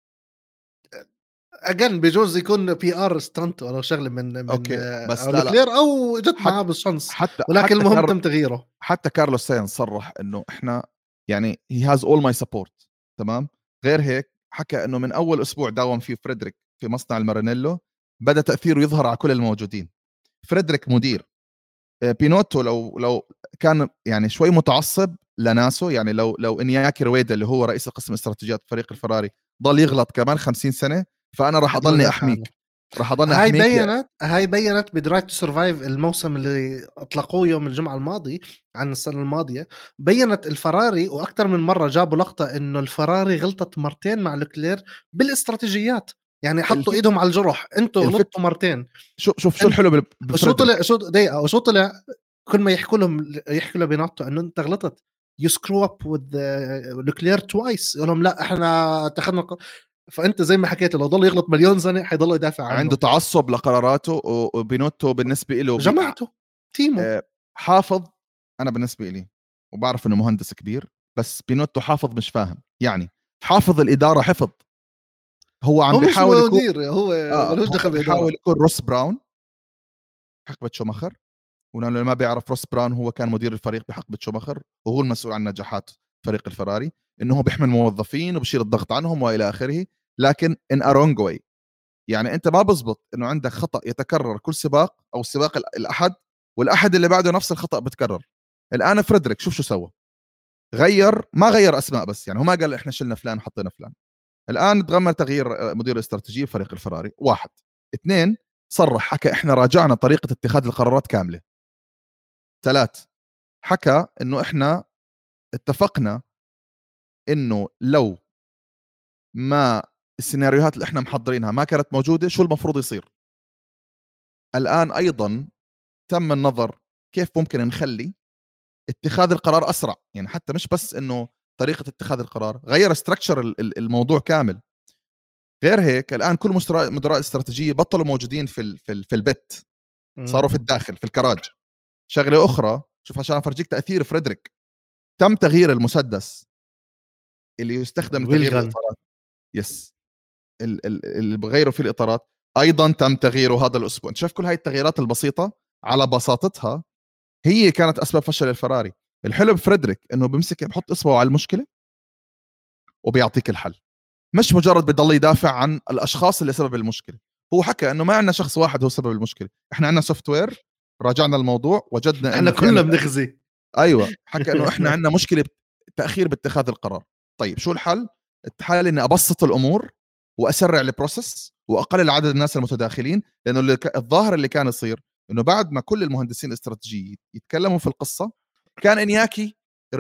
اجن بجوز يكون بي ار ستانت ولا شغله من
أوكي. بس
أو
لا
لوكلير او جت معاه بالشانس، ولكن المهم تم تغييره.
حتى كارلوس ساينز صرح انه احنا يعني هي هاز اول ماي سبورت. تمام. غير هيك حكى انه من اول اسبوع داوم فيه فريدريك في مصنع المارينيلو بدا تاثيره يظهر على كل الموجودين. فريدريك مدير. بينوتو لو كان يعني شوي متعصب لناسه، يعني لو انياكي رويدا اللي هو رئيس قسم استراتيجيات فريق الفراري ضل يغلط كمان 50 سنه، فانا راح اضلني احميك. راح اضلني احميك.
هاي بينت بدرايف تو سرفايف الموسم اللي اطلقوه يوم الجمعه الماضي عن السنه الماضيه. بينت الفراري واكثر من مره جابوا لقطه انه الفراري غلطت مرتين مع لوكلير بالاستراتيجيات. يعني حطوا ايدهم على الجرح، انتوا غلطتوا مرتين.
شو الحلو
شو طلع شو طلع كل ما يحكوا له بيناتو انه انت غلطت. يو سكرو اب وذ لوكلير توايس. يقول لهم لا احنا اتخذنا فانت زي ما حكيت لو ضل يغلط مليون سنه حيضل يدافع عنه.
عنده تعصب لقراراته. وبينوتو بالنسبه له
جماعته تيمو
حافظ. انا بالنسبه لي وبعرف انه مهندس كبير، بس بينوتو حافظ مش فاهم. يعني حافظ الاداره حفظ. هو عم بيحاول
يكون مدير، هو ملوش دخل بالاداره.
بيحاول يكون روس براون حقبه شوماخر. ولانه ما بيعرف، روس براون هو كان مدير الفريق بحقبه شوماخر وهو المسؤول عن نجاحات فريق الفراري، انه هو بيحمل موظفين وبشيل الضغط عنهم والى اخره. لكن ان ارونجوي يعني انت ما بزبط انه عندك خطا يتكرر كل سباق، او السباق الاحد والاحد اللي بعده نفس الخطا بتكرر. الان فريدريك شوف شو سوى. ما غير اسماء بس، يعني هو ما قال احنا شلنا فلان وحطينا فلان. الان تغمر تغيير مدير الاستراتيجيه فريق الفراري. 1. 2. صرح حكى احنا راجعنا طريقه اتخاذ القرارات كامله. 3. حكى انه احنا اتفقنا انه لو ما السيناريوهات اللي احنا محضرينها ما كانت موجوده شو المفروض يصير. الان ايضا تم النظر كيف ممكن نخلي اتخاذ القرار اسرع. يعني حتى مش بس انه طريقه اتخاذ القرار، غير استراكشر الموضوع كامل. غير هيك الان كل مدراء الاستراتيجيه بطلوا موجودين في البت، صاروا في الداخل في الكراج. شغله اخرى، شوف عشان افرجيك تاثير فريدريك، تم تغيير المسدس اللي يستخدم لتغيير الاطارات. يس، اللي بغيروا فيه الاطارات ايضا تم تغييره هذا الاسبوع. انت شايف كل هاي التغييرات البسيطه على بساطتها هي كانت اسباب فشل الفراري. الحلو بفريدريك انه بيمسك بحط اصبعه على المشكله وبيعطيك الحل، مش مجرد بيضل يدافع عن الاشخاص اللي سبب المشكله. هو حكى انه ما عندنا شخص واحد هو سبب المشكله، احنا عندنا سوفت وير. راجعنا الموضوع وجدنا
احنا كلنا بنخزي.
ايوه، حكى انه احنا عندنا مشكله تاخير باتخاذ القرار. طيب شو الحل؟ الحل اني ابسط الامور واسرع البروسيس واقلل عدد الناس المتداخلين. لانه الظاهر اللي كان يصير انه بعد ما كل المهندسين الاستراتيجيين يتكلموا في القصه، كان انياكي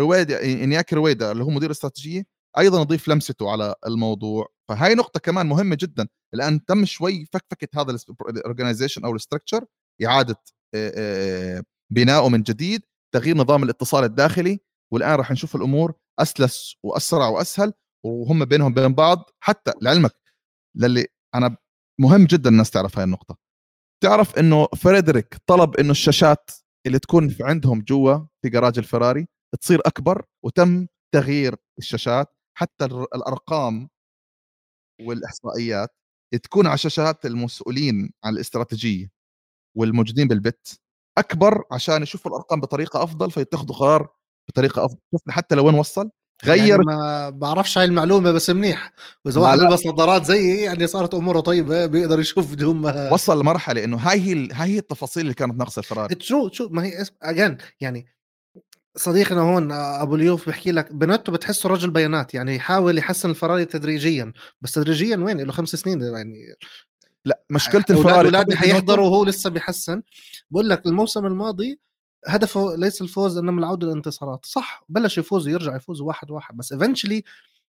رويدا اللي هو مدير استراتيجيه ايضا يضيف لمسته على الموضوع. فهاي نقطه كمان مهمه جدا. الان تم شوي فكفكه هذا الاورجنايزيشن او الاستراكشر، اعاده بنائه من جديد، تغيير نظام الاتصال الداخلي. والان راح نشوف الامور اسلس واسرع واسهل، وهم بينهم بين بعض. حتى لعلمك للي انا مهم جدا الناس تعرف هاي النقطه، تعرف انه فريدريك طلب انه الشاشات اللي تكون في عندهم جوا في جراج الفراري تصير اكبر، وتم تغيير الشاشات حتى الارقام والاحصائيات تكون على شاشات المسؤولين عن الاستراتيجيه والموجودين بالبت اكبر، عشان يشوفوا الارقام بطريقه افضل فيتخذوا قرار بطريقه افضل. شفنا حتى لوين وصل،
يعني
غير.
ما بعرفش هاي المعلومة بس منيح، وإذا
ما
واحد
لا،
بيلبس نظارات زيي يعني صارت أموره طيبة بيقدر يشوف بدون ما
وصل لمرحله انه هاي هي التفاصيل اللي كانت ناقصه الفراري.
شو ما هي أجان يعني. صديقنا هون أبو اليوف بيحكي لك بنوتو بتحسه رجل بيانات، يعني يحاول يحسن الفراري تدريجيا، بس تدريجيا وين له 5 سنين يعني.
لا، مشكله
اولاد
الفراري
اولادي
قبل بينوتو.
حيحضروا وهو لسه بيحسن. بقول لك الموسم الماضي هدفه ليس الفوز انما العوده للانتصارات، صح بلش يفوز ويرجع يفوز 1-1، بس ايفنشلي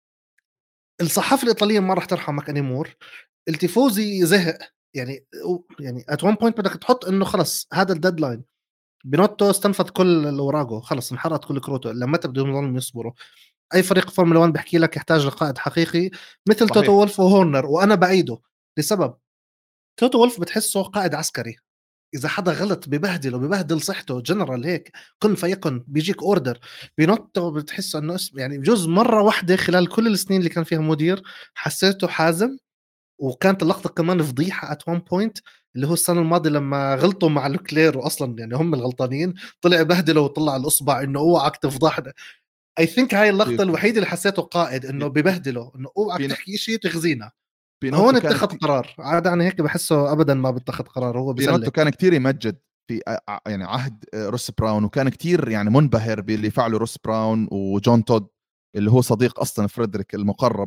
الصحافه الايطاليه ما راح ترحمك انيمور. التيفوزي زهق يعني. يعني ات وان بوينت بدك تحط انه خلص هذا الديدلاين. بينوتو استنفذ كل اللي وراقه، خلص انحرقت كل كروته، لما متى بدهم يضلوا يصبروا؟ اي فريق فورمولا 1 بحكي لك يحتاج لقائد حقيقي مثل توتو
صحيح.
وولف وهورنر، وانا بايده لسبب. توتو وولف بتحسه قائد عسكري، اذا حدا غلط ببهدل صحته، جنرال هيك كن فيكن بيجيك اوردر. بينطوا بتحس انه اسم يعني بجوز مره واحده خلال كل السنين اللي كان فيها مدير حسيته حازم. وكانت اللقطه كمان فضيحه ات وان بوينت، اللي هو السنه الماضيه لما غلطوا مع لوكلير واصلا يعني هم الغلطانين، طلع بهدله وطلع الاصبع انه اوعك تفضحنا. اي ثينك هاي اللقطه الوحيده اللي حسيته قائد، انه ببهدله انه اوعك
بين-
تحكي شيء تخزينا. هون
بينوتو كان
اتخذ قرار، عاد عن هيك بحسه ابدا ما بيتخذ قرار، هو
بينوتو
بسلك.
كان كتير يمجد في يعني عهد روس براون، وكان كتير يعني منبهر باللي فعله روس براون وجون تود اللي هو صديق اصلا فريدريك المقرب.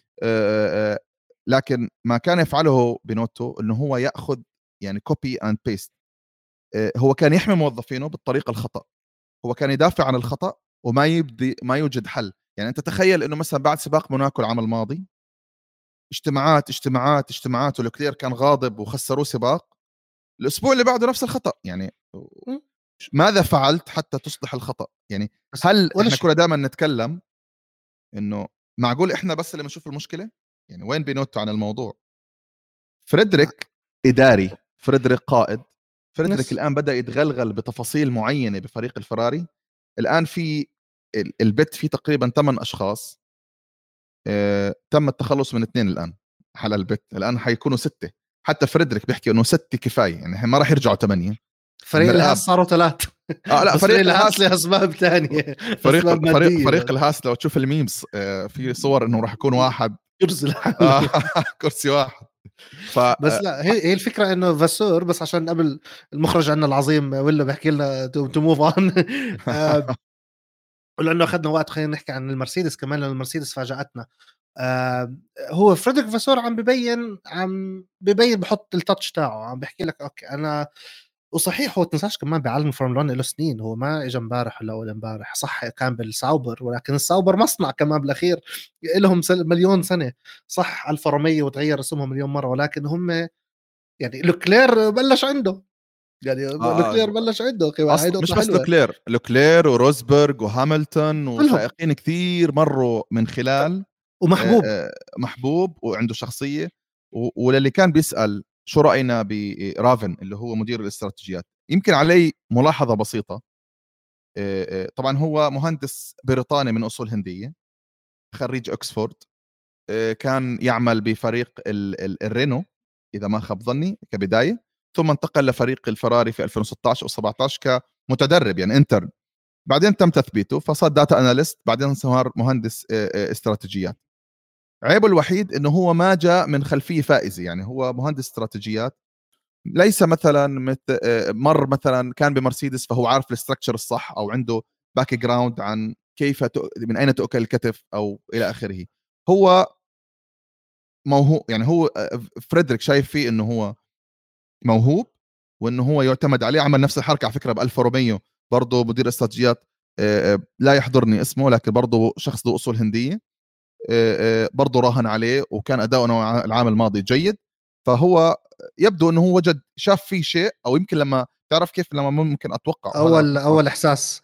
لكن ما كان يفعله بينوتو انه هو ياخذ يعني كوبي اند بيست. هو كان يحمي موظفينه بالطريقه الخطا، هو كان يدافع عن الخطا وما يبدي ما يوجد حل. يعني انت تخيل انه مثلا بعد سباق موناكو العام الماضي اجتماعات اجتماعات اجتماعات، ولوكلير كان غاضب وخسروه سباق، الاسبوع اللي بعده نفس الخطا يعني. ماذا فعلت حتى تصلح الخطا يعني؟
بس
هل
ولا
احنا
شيء.
كنا دائما نتكلم انه معقول احنا بس اللي بنشوف المشكله؟ يعني وين بينوتو عن الموضوع؟ فريدريك اداري، فريدريك قائد، فريدريك
يس.
الان بدا يتغلغل بتفاصيل معينه بفريق الفراري. الان في البت فيه تقريبا 8 اشخاص، تم التخلص من 2 الان. على البت الان حيكونوا 6. حتى فريدريك بيحكي انه 6 كفايه، يعني ما راح يرجعوا 8.
فريق الهاس
المرآب.
صاروا 3.
لا،
بس فريق
فريق
الهاس
الهاس،
لأسباب تانية،
فريق
أسباب
فريق
مادية.
فريق الهاس لو تشوف الميمز في صور انه راح يكون واحد.
يرسل
آه،
حاله.
كرسي واحد. ف
بس لا، هي الفكرة إنه فاسور، بس عشان قبل المخرج عنا العظيم ولا بحكي لنا تو موف اون. ولأنه أخذنا وقت خلينا نحكي عن المرسيدس كمان، لأن المرسيدس فاجأتنا. هو فريدريك فاسور عم ببين بحط التاتش تاعه، عم بحكي لك اوكي انا. وصحيح هو تنساش كمان بعالم الفورمولا 1 له سنين، هو ما اجى امبارح ولا اول امبارح، صح كان بالساوبر ولكن الساوبر مصنع كمان بالاخير، لهم مليون سنه. صح الفا روميو وتغير اسمهم مليون مره، ولكن هم يعني لوكلير بلش عنده، يعني لوكلير
آه،
بلش عنده اخي، هاي
اصلا
نقطه
مش بس
حلوه.
لوكلير وروزبرغ وهاملتون
كلهم.
وسائقين كثير مروا من خلال
ومحبوب.
محبوب وعنده شخصيه. وللي كان بيسال شو راينا برافن اللي هو مدير الاستراتيجيات، يمكن علي ملاحظه بسيطه. طبعا هو مهندس بريطاني من اصول هنديه، خريج اوكسفورد. كان يعمل بفريق الرينو اذا ما خاب ظني كبدايه، ثم انتقل لفريق الفراري في 2016 او 17 كمتدرب يعني انترن. بعدين تم تثبيته فصار داتا اناليست، بعدين صار مهندس استراتيجيات. عيبه الوحيد انه هو ما جاء من خلفيه فائزه، يعني هو مهندس استراتيجيات ليس مثلا مر مثلا كان بمرسيدس فهو عارف الاستراكشر الصح، او عنده باك جراوند عن كيف من اين تؤكل الكتف او الى اخره. هو موهوب، يعني هو فريدريك شايف فيه انه هو موهوب وانه هو يعتمد عليه. عمل نفس الحركه على فكره بالفا روميو، برضه مدير استراتيجيات لا يحضرني اسمه، لكن برضه شخص ذو اصول هنديه. برضه راهن عليه وكان اداؤه العام الماضي جيد. فهو يبدو انه هو وجد شاف فيه شيء، او يمكن لما تعرف كيف لما ممكن اتوقع، وهذا
اول
اتوقع
اول احساس.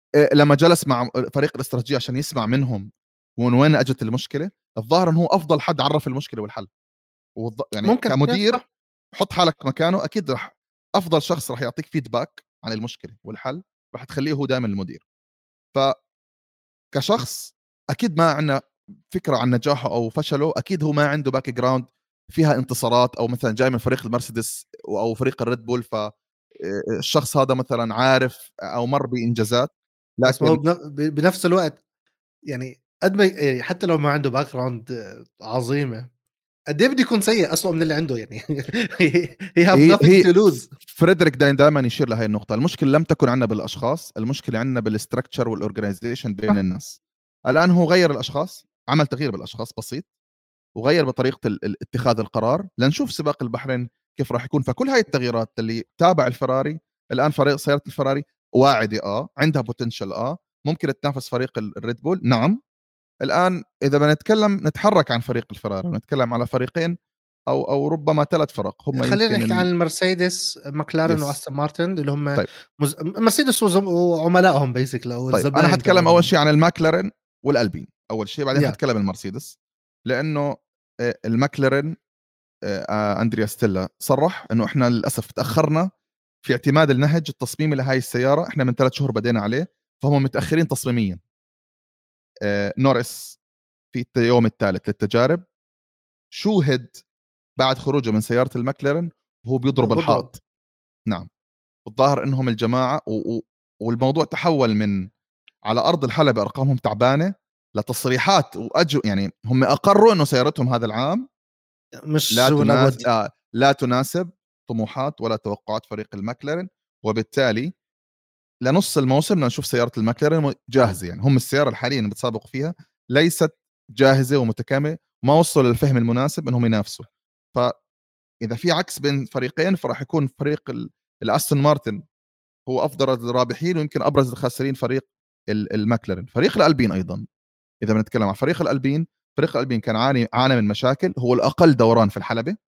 لما جلس مع فريق الاستراتيجيه عشان يسمع منهم ومن وين اجت المشكله، الظاهر انه هو افضل حد عرف المشكله والحل. يعني
ممكن
كمدير
صح.
حط حالك مكانه، اكيد رح افضل شخص رح يعطيك فيدباك عن المشكله والحل، رح تخليه هو دائما المدير. فكشخص اكيد ما عندنا فكره عن نجاحه او فشله، اكيد هو ما عنده باك جراوند فيها انتصارات، او مثلا جاي من فريق المرسيدس او فريق الريد بول، فالشخص هذا مثلا عارف او مر بانجازات.
بس ما هو
لكن
بنفس الوقت يعني قد ما يعني حتى لو ما عنده باك جراوند عظيمه، قد ايه بده يكون سيء اسوء من اللي عنده يعني. he have nothing
هي
to lose.
فريدريك دائما يشير لهي النقطة، المشكلة لم تكن عندنا بالأشخاص، المشكلة عندنا بالاستراكشر والأورجنايزيشن بين
صح.
الناس. الآن هو غير الأشخاص، عمل تغيير بالأشخاص بسيط، وغير بطريقة اتخاذ القرار. لنشوف سباق البحرين كيف راح يكون. فكل هاي التغييرات اللي تابع الفراري الآن، فريق سيارة الفراري واعدة، عندها بوتنشل، ممكن تنافس فريق الريد بول، نعم. الآن إذا بنتكلم نتحرك عن فريق الفراري ونتكلم على فريقين أو ربما 3 فرق هم
خلينا
يمكن
نحكي عن المرسيدس ماكلارين
يس.
واستون مارتن اللي هم
طيب
مرسيدس وعملائهم بيسكلي او
طيب انا
الزباين
حتكلم اول
تبعونهم.
شيء عن الماكلارين والالبين اول شيء، بعدين
يا
حتكلم المرسيدس. لانه الماكلارين اندريا ستيلا صرح انه احنا للاسف تاخرنا في اعتماد النهج التصميمي لهي السياره، احنا من 3 شهور بدينا عليه، فهم متاخرين تصميميا. نورس في اليوم الثالث للتجارب شوهد بعد خروجه من سياره الماكلارين وهو بيضرب
بضرب.
الحائط. نعم. الظاهر انهم الجماعه والموضوع تحول من على ارض الحلبة ارقامهم تعبانه لتصريحات واجوا، يعني هم اقروا انه سيارتهم هذا العام
مش ولا بد.
لا تناسب طموحات ولا توقعات فريق الماكلارين، وبالتالي لنص الموسم بدنا نشوف سياره الماكلارين جاهزه. يعني هم السياره الحاليه اللي بتسابقوا فيها ليست جاهزه ومتكامله، ما وصلوا للفهم المناسب انهم ينافسوا. فاذا في عكس بين فريقين فراح يكون فريق الاستون مارتن هو افضل الرابحين، ويمكن ابرز الخاسرين فريق الماكلارين. فريق الالبين ايضا، اذا بنتكلم عن فريق الالبين، فريق الالبين كان عانى من مشاكل، هو الاقل دوران في الحلبه،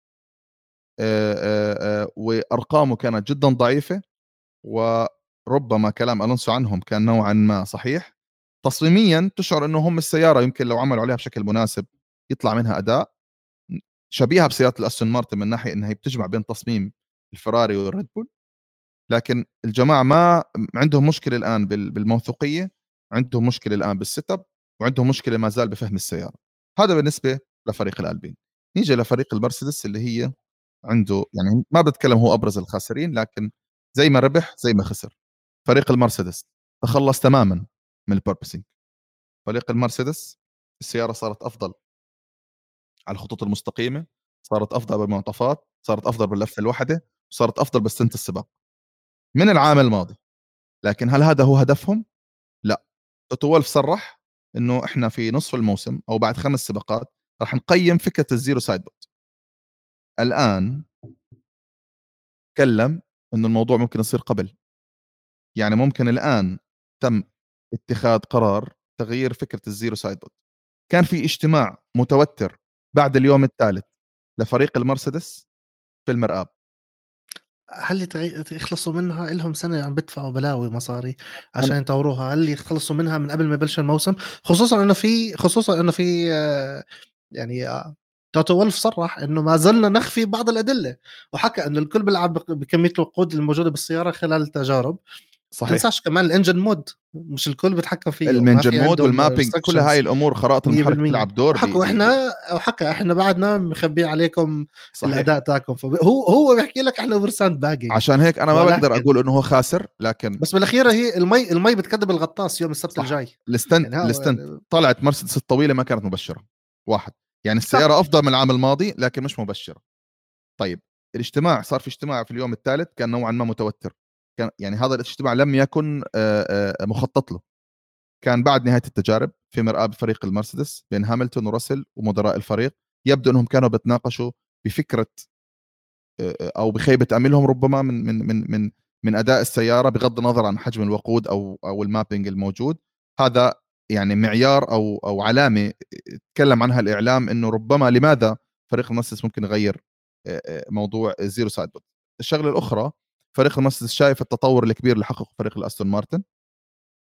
وارقامه كانت جدا ضعيفه، وربما كلام الونسو عنهم كان نوعا ما صحيح. تصميميا تشعر انه هم السياره يمكن لو عملوا عليها بشكل مناسب يطلع منها اداء شبيهه بسياره الاستون مارتن من ناحيه انها هي بتجمع بين تصميم الفراري والريد بول. لكن الجماعه ما عندهم مشكله الان بالموثوقيه، عندهم مشكله الان بالسيت اب، وعندهم مشكله ما زال بفهم السياره. هذا بالنسبه لفريق الالبين. نيجي لفريق المرسيدس اللي هي عنده، يعني ما بتكلم هو ابرز الخاسرين، لكن زي ما ربح زي ما خسر. فريق المرسيدس تخلص تماما من البوربسينج. فريق المرسيدس السياره صارت افضل على الخطوط المستقيمه، صارت افضل بالمعطفات، صارت افضل باللفه الواحده، وصارت افضل بالسنت السباق من العام الماضي. لكن هل هذا هو هدفهم؟ لا. توتو وولف صرح انه احنا في نصف الموسم او بعد 5 سباقات راح نقيم فكره الزيرو سايد بوت. الان تكلم انه الموضوع ممكن يصير قبل، يعني ممكن الان تم اتخاذ قرار تغيير فكره الزيرو سايد بوت. كان في اجتماع متوتر بعد اليوم الثالث لفريق المرسيدس في المرآب.
هل يخلصوا منها؟ لهم سنة عم بدفعوا بلاوي مصاري
أنا
عشان يطوروها، هل يخلصوا منها من قبل ما يبلش الموسم؟ خصوصا انه في يعني توتو وولف صرح انه ما زلنا نخفي بعض الادله، وحكى انه الكل بيلعب بكميه الوقود الموجوده بالسياره خلال التجارب.
صحيح.
تنساش كمان الانجن مود مش الكل بيتحكم فيه، وما
المنجن
في
مود
عندهم
والمابينج كل هاي
ريستركشنز
الامور خرائط المحرك
100%.
تلعب دور
وحكى احنا بعدنا مخبي عليكم
صحيح.
الاداء تاعكم. هو بيحكي لك احنا اوفر ساند باجينج.
عشان هيك انا ما بقدر
ولكن
اقول انه هو خاسر، لكن
بس بالاخير هي المي بتكذب الغطاس يوم السبت
صح.
الجاي.
الستنت
يعني
طلعت مرسيدس الطويله ما كانت مبشره. واحد، يعني
صح.
السياره افضل من العام الماضي لكن مش مبشره. طيب الاجتماع صار في اجتماع في اليوم الثالث كان نوعا ما متوتر. كان يعني هذا الاجتماع لم يكن مخطط له. كان بعد نهايه التجارب في مرآب فريق المرسيدس بين هاملتون وراسل ومدراء الفريق. يبدو انهم كانوا بتناقشوا بفكره او بخيبه املهم ربما من اداء السياره بغض النظر عن حجم الوقود او المابينج الموجود. هذا يعني معيار او علامه تكلم عنها الاعلام انه ربما لماذا فريق المرسيدس ممكن يغير موضوع الزيرو سايد بوت. الشغله الاخرى، فريق المرسيدس شايف التطور الكبير اللي حققه فريق الاستون مارتن،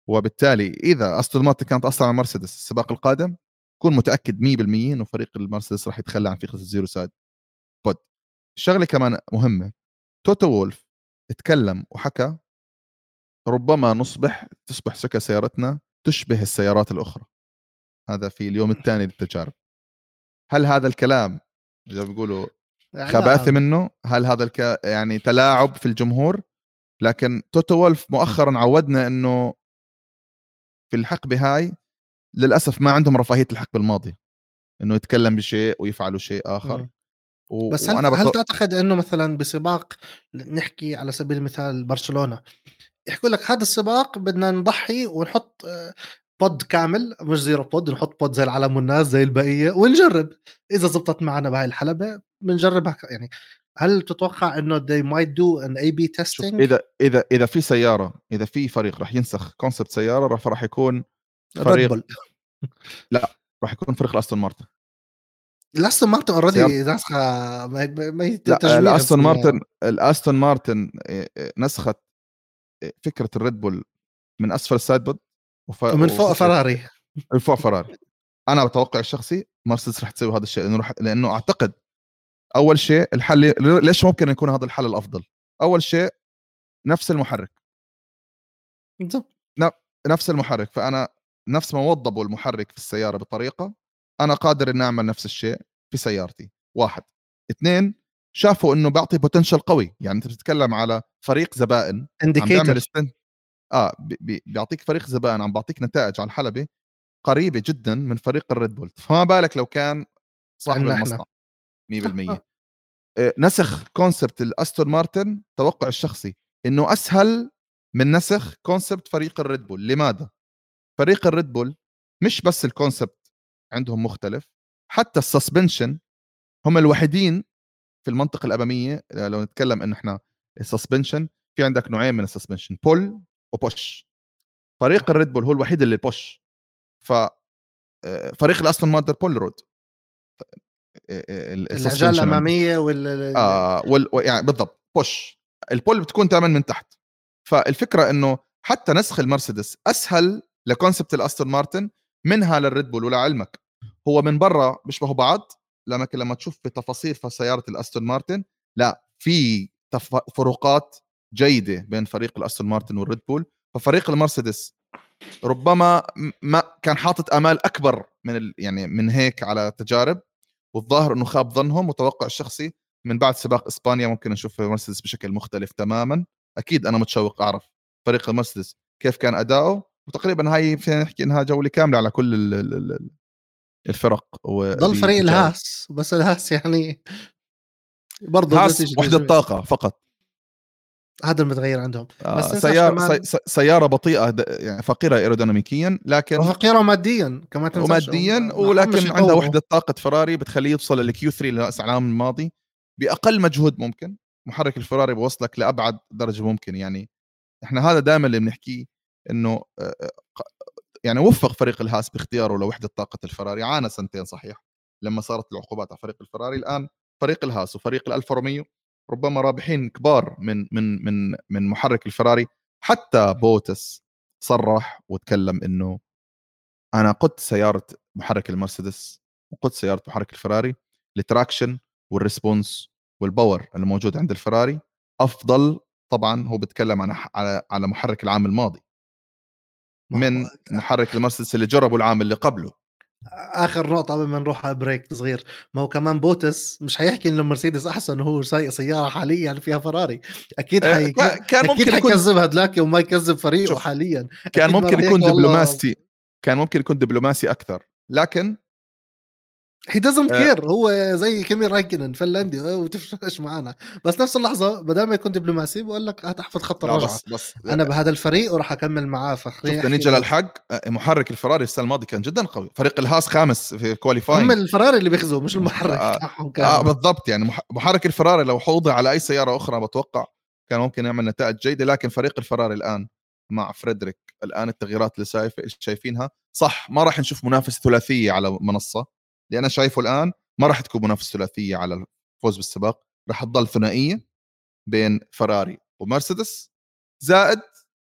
وبالتالي اذا استون مارتن كانت اصلا على مرسيدس السباق القادم، كون متاكد 100% انه فريق المرسيدس راح يتخلى عن فكره الزيرو سايد بود. الشغله كمان مهمه، توتو وولف اتكلم وحكى ربما تصبح سكة سيارتنا تشبه السيارات الأخرى. هذا في اليوم الثاني للتجارب. هل هذا الكلام زي ما بيقولوا خباثة
لا
منه؟ هل هذا يعني تلاعب في الجمهور؟ لكن توتو وولف مؤخرا عودنا انه في الحقبة هاي للأسف ما عندهم رفاهية الحقبة الماضية، انه يتكلم بشيء ويفعلوا شيء آخر.
بس
وانا
هل تعتقد انه مثلا بسباق، نحكي على سبيل المثال برشلونة، يحكوا لك هذا السباق بدنا نضحي ونحط بود كامل مش زيرو بود، نحط بود زي العالم والناس زي البقية ونجرب إذا زبطت معنا بهاي الحلبة بنجربها يعني. هل تتوقع إنه they might do an A/B
شوف،
testing؟
اذا في سيارة، اذا في فريق راح ينسخ كونسبت سيارة، راح يكون
ريد
فريق،
بول.
لا راح يكون فريق الاستون مارتن.
الاستون مارتن
سيارة،
اوريدي ناسخة، ما هي
لا
تجميع
الاستون مارتن نسخت فكره الريد بول من اسفل السايد بود
ومن فوق
وفكره
فراري.
من فوق فراري. انا بتوقع الشخصي مرسيدس رح تسوي هذا الشيء، لانه اعتقد اول شيء الحل، ليش ممكن يكون هذا الحل الافضل؟ اول شيء نفس المحرك،
بالضبط.
ن- نفس المحرك. فانا نفس ما وضبوا المحرك في السياره بطريقه، انا قادر ان اعمل نفس الشيء في سيارتي. واحد. اثنين، شافوا انه بيعطي بوتنشل قوي. يعني انت بتتكلم على فريق زبائن عم بيعمل
انديكيتور.
ستنت، بيعطيك فريق زبائن عم بعطيك نتائج على الحلبة قريبة جدا من فريق الريد بول، فما بالك لو كان صاحب
عندنا احنا.
المصنع 100%. نسخ كونسبت الاستون مارتن توقع الشخصي انه اسهل من نسخ كونسبت فريق الريد بول. لماذا؟ فريق الريد بول مش بس الكونسبت عندهم مختلف، حتى السسبنشن هم الوحيدين في المنطقة الأمامية. لو نتكلم إن إحنا السسبنشن، في عندك نوعين من السسبنشن، بول وبوش. فريق الريد بول هو الوحيد اللي بوش. ف فريق الاستون مارتن بول رود
العجال
السسبنشن عنده.
الاماميه
يعني بالضبط بوش. البول بتكون دائما من تحت. فالفكره انه حتى نسخ المرسيدس اسهل لكونسبت الاستون مارتن منها للريد بول. ولعلمك هو من برا بيشبهوا بعض، لما تشوف في تفاصيل في سياره الاستون مارتن، لا في فروقات جيده بين فريق الاستون مارتن والريد بول. ففريق المرسيدس ربما ما كان حاطط امال اكبر يعني من هيك على تجارب، والظاهر انه خاب ظنهم. وتوقع الشخصي من بعد سباق اسبانيا ممكن نشوف مرسيدس بشكل مختلف تماما. اكيد انا متشوق اعرف فريق المرسيدس كيف كان اداؤه. وتقريبا هاي فينا نحكي انها جوله كامله على كل الفرق
ضل فريق
وبتجارب.
الهاس، بس الهاس يعني برضه
هاس
النتيجه
وحده
شوي.
طاقه فقط.
هذا المتغير عندهم. بس تنساش
سيارة
كمان
سيارة بطيئة، يعني فقيرة ايروديناميكيا، لكن
وفقيرة ماديا كمان، تنساش
وماديا،
محمش
ولكن عندها
يطوروا.
وحده طاقه فراري بتخليه يوصل للكيو 3 لراس العام الماضي باقل مجهود ممكن. محرك الفراري بوصلك لابعد درجه ممكن. يعني احنا هذا دائما اللي بنحكيه، انه يعني وفق فريق الهاس باختياره لوحده طاقه الفراري. عانى سنتين صحيح لما صارت العقوبات على فريق الفراري. الان فريق الهاس وفريق الالفا روميو ربما رابحين كبار من محرك الفراري. حتى بوتس صرح وتكلم انه انا قدت سياره محرك المرسيدس وقدت سياره محرك الفراري، التراكشن والريسبونس والباور الموجود عند الفراري افضل. طبعا هو بيتكلم عن على محرك العام الماضي
ما
من
هو
محرك المرسيدس اللي جربه العام اللي قبله.
اخر نقطة قبل ما نروح على بريك صغير، ما هو كمان بوتس مش هيحكي انه مرسيدس احسن وهو سايق سيارة حاليا فيها فراري. اكيد
كان
اكيد
ممكن يكون،
حيكذب هدلاك وما يكذب فريقه
شوف
حاليا.
كان
اكيد ما
ممكن
راح
يكون
يحكي والله.
دبلوماسي، كان ممكن يكون دبلوماسي اكثر. لكن
هي doesn't
آه
care، هو زي كيمي رايكنن فنلندي وتفرقش معنا. بس نفس اللحظة بدل ما يكون دبلوماسي بقول لك هتحفظ خط
لا
الرجعة،
بس
انا بهذا الفريق وراح اكمل معاه. فخلينا
شفت
نحكي
نيجي
انه
للحق. محرك الفراري السنه الماضيه كان جدا قوي. فريق الهاس خامس في
هم
كواليفاينج.
الفراري اللي بيخزوا مش المحرك تاعهم كان.
بالضبط. يعني محرك الفراري لو وضع على اي سياره اخرى بتوقع كان ممكن يعمل نتائج جيده. لكن فريق الفراري الان مع فريدريك، الان التغييرات اللي شايفينها صح، ما راح نشوف منافسه ثلاثيه على منصه. اللي انا شايفه الان ما راح تكون منافسه ثلاثيه على الفوز بالسباق، راح تضل ثنائيه بين فراري ومرسيدس، زائد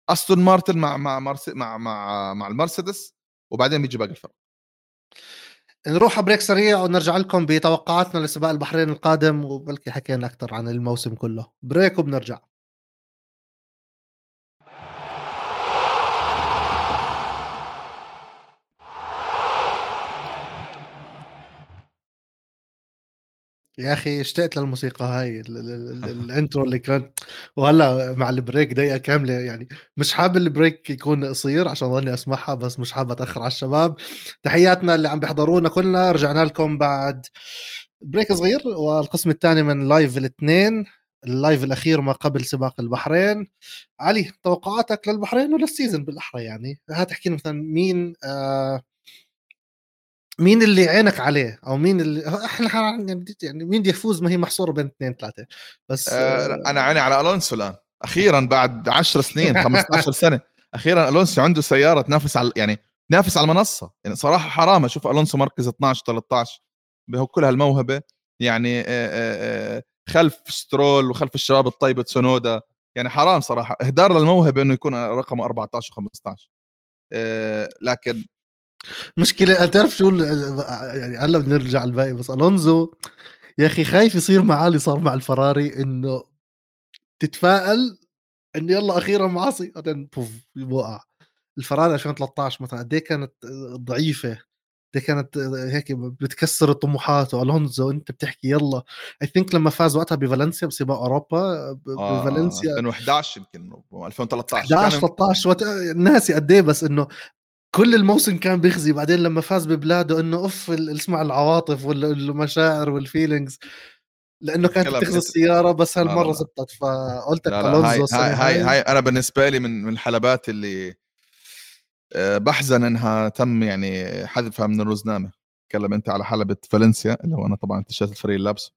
استون مارتن مع المرسيدس، وبعدين بيجي باقي الفرق.
نروح بريك سريع ونرجع لكم بتوقعاتنا لسباق البحرين القادم، وبلكي حكينا أكثر عن الموسم كله. بريك وبنرجع. يا اخي اشتقت للموسيقى هاي الانترو اللي كان، وهلا مع البريك دقيقه كامله يعني. مش حابب البريك يكون قصير عشان ضلني اسمعها، بس مش حابب اتاخر على الشباب. تحياتنا اللي عم بيحضرونا كلنا، رجعنا لكم بعد بريك صغير، والقسم الثاني من لايف الاثنين، اللايف الاخير ما قبل سباق البحرين. علي، توقعاتك للبحرين وللسيزون بالاحرى يعني؟ هتحكي مثلا مين مين اللي عينك عليه، او مين اللي احنا يعني مين بده يفوز؟ ما هي محصوره بين اثنين ثلاثه بس.
انا عيني على الونسو الان، اخيرا بعد 10 سنين 15 سنه اخيرا الونسو عنده سياره تنافس على، يعني تنافس على المنصه. يعني صراحه حرام اشوف الونسو مركز 12 13 بهو كل هالموهبه، يعني خلف سترول وخلف الشباب الطيبه تسونودا. يعني حرام صراحه اهدار للموهبه انه يكون رقم 14 و15. لكن
مشكله تعرف شو يعني هلا بنرجع الباقي، بس الونزو يا اخي خايف يصير معاه اللي صار مع الفراري، انه تتفائل انه يلا اخيرا معصي بعدين بوف وقع. الفراري 2013 مثلا قد ايه كانت ضعيفه، دي كانت هيك بتكسر الطموحات. والونزو انت بتحكي يلا. اي ثينك لما فاز وقتها بفالنسيا بسباق اوروبا بفالنسيا
2011 يمكن 2013
11
كان
13 ناسي قد ايه، بس انه كل الموسم كان بيخزي. بعدين لما فاز ببلاده انه اوف اسمع العواطف والمشاعر والفيلينجز، لانه كانت
الكلام
بتخزي
انت.
السياره، بس
لا لا
هالمره
لا
زبطت. فقلت
لا
لك
لا
الونزو
هاي هاي
السنه
هاي
هاي.
هاي انا بالنسبه لي من الحلبات اللي بحزن انها تم يعني حذفها من الرزنامه. تكلم انت على حلبة فالنسيا اللي هو انا طبعا التيشيرت الفريق اللي لابسه،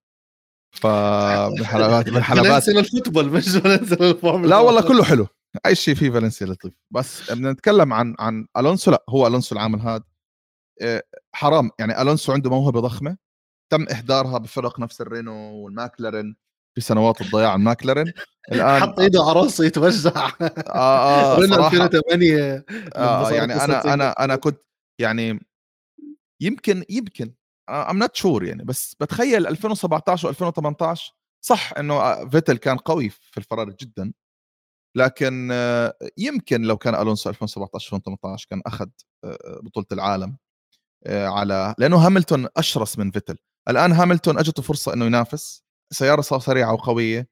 فمن الحلبات.
فالنسيا للفوتبول مش فالنسيا
لا
للفورمولا
والله
1.
كله حلو، اي شيء فيه فالنسيا لطيف، بس بدنا نتكلم عن الونسو. لا هو الونسو العام هذا حرام. يعني الونسو عنده موهبه ضخمه تم اهدارها بفرق نفس الرينو والماكلارين في سنوات الضياع. الماكلارين الان
حط ايده على راسه يتوجع. رينا
صراحه
2008 لما صارت
يعني
قصه
انا
سنغافوره.
كنت يعني يمكن ام نوت شور يعني، بس بتخيل 2017 و2018 صح انه فيتل كان قوي في الفراري جدا، لكن يمكن لو كان الونسو 2017 2018 كان اخذ بطوله العالم، على لانه هاملتون اشرس من فيتل. الان هاملتون اجته فرصه انه ينافس، سياره سريعه وقويه،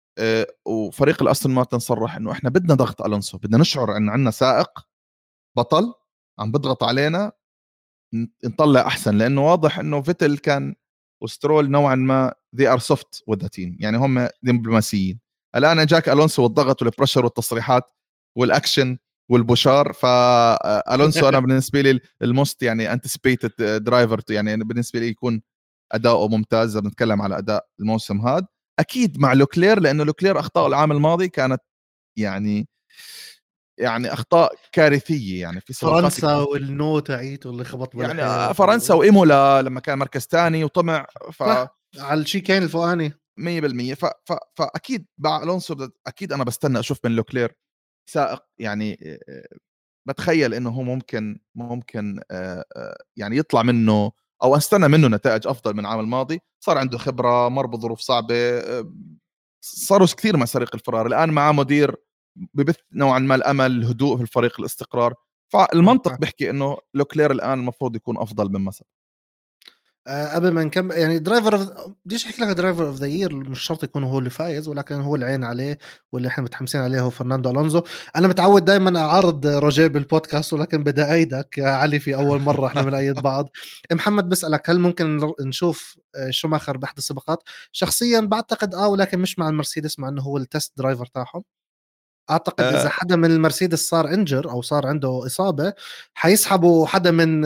وفريق الاستون مارتن صرح انه احنا بدنا ضغط الونسو، بدنا نشعر ان عندنا سائق بطل عم بضغط علينا نطلع احسن. لانه واضح انه فيتل كان وسترول نوعا ما they are soft with the team، يعني هم دبلوماسيين. الان جاك الونسو والضغط والبريشر والتصريحات والاكشن والبشار. فالونسو انا بالنسبه لي الموست يعني انتسبيتد درايفر، يعني بالنسبه لي يكون اداؤه ممتاز. بنتكلم على اداء الموسم هذا اكيد مع لوكلير، لانه لوكلير اخطاء العام الماضي كانت يعني اخطاء كارثيه يعني في سباقات
فرنسا
كتير.
والنو تاعيته اللي خبط
يعني
بالحيط
فرنسا وايمولا لما كان مركز ثاني وطمع. ف
صح، على الشيكين الفوقاني.
100%. فاكيد مع الونسو اكيد انا بستنى اشوف من لوكلير سائق يعني بتخيل انه هو ممكن يعني يطلع منه او استنى منه نتائج افضل من العام الماضي. صار عنده خبره، مر بظروف صعبه، صاروا كثير مع فريق الفرار. الان مع مدير ببث نوعا ما الامل، الهدوء في الفريق، الاستقرار. فالمنطق بيحكي انه لوكلير الان المفروض يكون افضل من مسا.
قبل ما نكمل يعني بديش احكي لك درايفر اوف ذا يير مش شرط يكون هو اللي فايز، ولكن هو العين عليه واللي احنا متحمسين عليه هو فرناندو الونزو. انا متعود دائما اعارض روجيه بالبودكاست، ولكن بدي ايدك يا علي في اول مره احنا بنأيد بعض. محمد بسألك، هل ممكن نشوف شوماخر باحدى السباقات؟ شخصيا بعتقد ولكن مش مع المرسيدس، مع انه هو التست درايفر تاعهم. اعتقد اذا
أه
حدا من المرسيدس صار انجر او صار عنده اصابه، حيسحبوا حدا من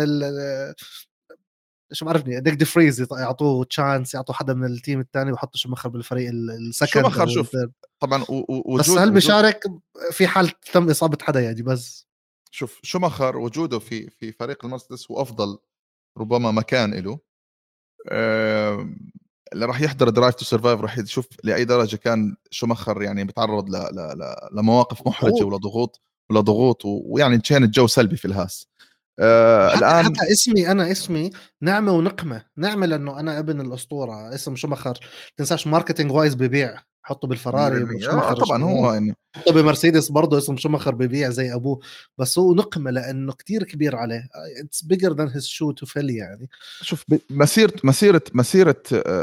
شو بعرفني ديك دي فريز، يعطوه تشانس، يعطوا حدا من التيم الثاني ويحطوا شمخر بالفريق
شو
السكند
مخر
او
شوف
الثيرد.
طبعا
بس هل
وجود
بيشارك في حال تم اصابه حدا يعني؟ بس
شوف شو مخر وجوده في فريق المرسيدس هو افضل ربما مكان له. اللي راح يحضر درايف تو سرفايف راح يشوف لاي درجه كان شوماخر يعني بيتعرض لمواقف محرجه ولا ضغوط ويعني كان الجو سلبي في الهاس. الان
حتى انا اسمي نعمه ونقمه. نعمه لانه انا ابن الاسطوره، اسم شوماخر تنساش ماركتينج وايز ببيع. حطه بالفراري
100%
شوماخر
طبعا
شغال،
هو يعني
حطه بمرسيدس برضه اسم شوماخر ببيع زي ابوه. بس هو نقمه لانه كتير كبير عليه. اتس بيجر ذان هيز شو تو فيل يعني.
شوف مسيره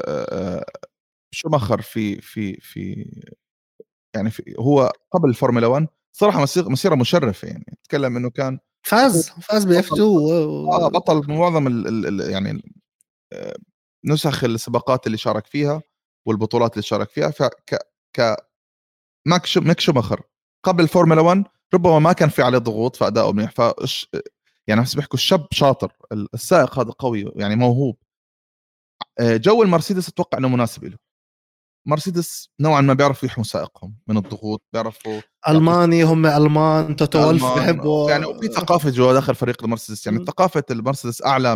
شوماخر في يعني هو قبل الفورمولا 1 صراحه مسيره مشرفه، يعني تتكلم انه كان
فاز باف
بطل
2.
بطل بمعظم يعني نسخ السباقات اللي شارك فيها والبطولات اللي شارك فيها. ك ماك شوماخر قبل الفورمولا 1 ربما ما كان في عليه ضغوط فاداؤه منيح، يعني بس بيحكوا الشاب شاطر، السائق هذا قوي يعني موهوب. جو المرسيدس اتوقع انه مناسب له. مرسيدس نوعا ما بيعرفوا يحموا سائقهم من الضغوط، بيعرفوا يعطوا
الماني، هم المان، توتو وولف
الالمان يعني. وفي
بحبوا.
ثقافه جوا داخل فريق المرسيدس، يعني ثقافه المرسيدس اعلى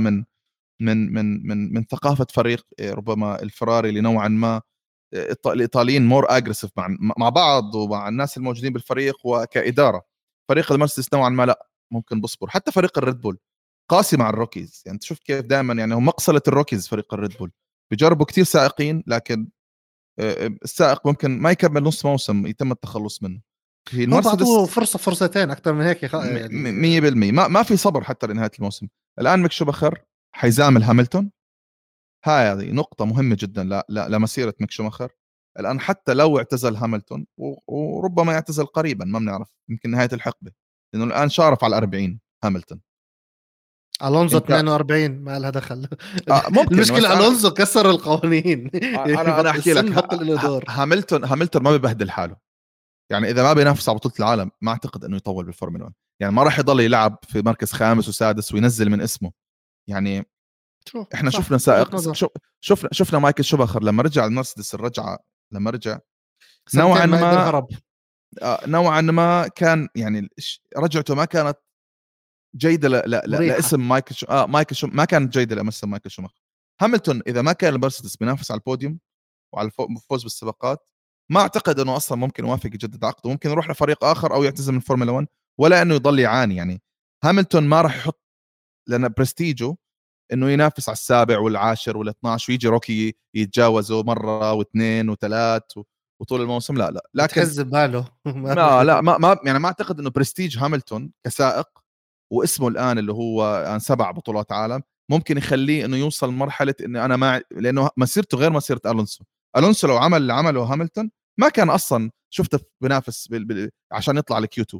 من ثقافه فريق ربما الفراري اللي نوعا ما الايطاليين مور اجريسيف مع بعض ومع الناس الموجودين بالفريق وكاداره. فريق المرسيدس نوعا ما لا ممكن بصبر. حتى فريق الريد بول قاسي مع الروكيز، يعني تشوف كيف دائما يعني هم مقصله الروكيز. فريق الريد بول بيجربوا كتير سائقين، لكن السائق ممكن ما يكمل نص موسم يتم التخلص منه. في
هو بعطوه
المرسيدس
فرصة فرصتين أكثر من هيك يعني.
100% ما في صبر حتى لنهايه الموسم. الان ميك شوماخر حيزامل هاملتون، هذه نقطة مهمة جدا لمسيرة ميك شوماخر. الآن حتى لو اعتزل هاملتون وربما يعتزل قريبا ما بنعرف، يمكن نهاية الحقبة، لأنه الآن شارف على 40 هاملتون.
الونزو
أنت
42 ما لها دخل.
ممكن، بس
المشكلة
أنا
الونزو كسر القوانين. يعني
أنا أحكي
السن
لك
بطل له دور.
هاملتون ما ببهدل حاله. يعني إذا ما بينافس على بطولة العالم ما أعتقد إنه يطول بالفورمولا 1. يعني ما راح يضل يلعب في مركز خامس وسادس وينزل من اسمه. يعني
شو
احنا
صح،
شفنا
وجهة
سائق
نظر.
شفنا مايكل شوباخر لما رجع المرسيدس الرجعة، لما رجع
سنتين
نوعا
ما قدر
ما
هرب.
نوعا ما كان يعني رجعته ما كانت جيده
مريحة.
لاسم مايكل ما كانت جيده لاسم مايكل شوماخر. هاملتون اذا ما كان المرسيدس بينافس على البوديوم وعلى الفوز بالسباقات ما اعتقد انه اصلا ممكن يوافق يجدد عقده. ممكن يروح لفريق اخر او يعتزل من الفورمولا 1، ولا انه يضل يعاني. يعني هاملتون ما راح يحط لنا برستيجه انه ينافس على السابع والعاشر وال12 ويجي روكي يتجاوزه مره واثنين وثلاث وطول الموسم. لا لكن
بتحز بباله. ما
لا
بخلي.
يعني ما اعتقد انه برستيج هاملتون كسائق واسمه الان اللي هو الان 7 بطولات عالم ممكن يخليه انه يوصل مرحله انه انا ما، لانه مسيرته غير مسيره الونسو لو عمل اللي عمله هاملتون ما كان اصلا شفته بينافس عشان يطلع لكيوتو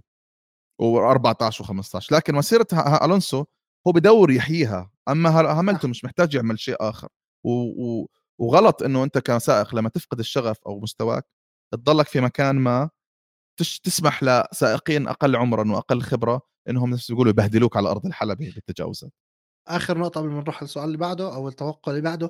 و14 و15. لكن مسيره الونسو هو بدور يحييها، اما هاملتون مش محتاج يعمل شيء اخر. و... و... وغلط انه انت كسائق لما تفقد الشغف او مستواك تضلك في مكان ما تسمح لسائقين اقل عمرا واقل خبره انهم نفس يقولوا يبهدلوك على ارض الحلبة بالتجاوزات.
آخر نقطة قبل ما نروح للسؤال اللي بعده أو التوقع اللي بعده.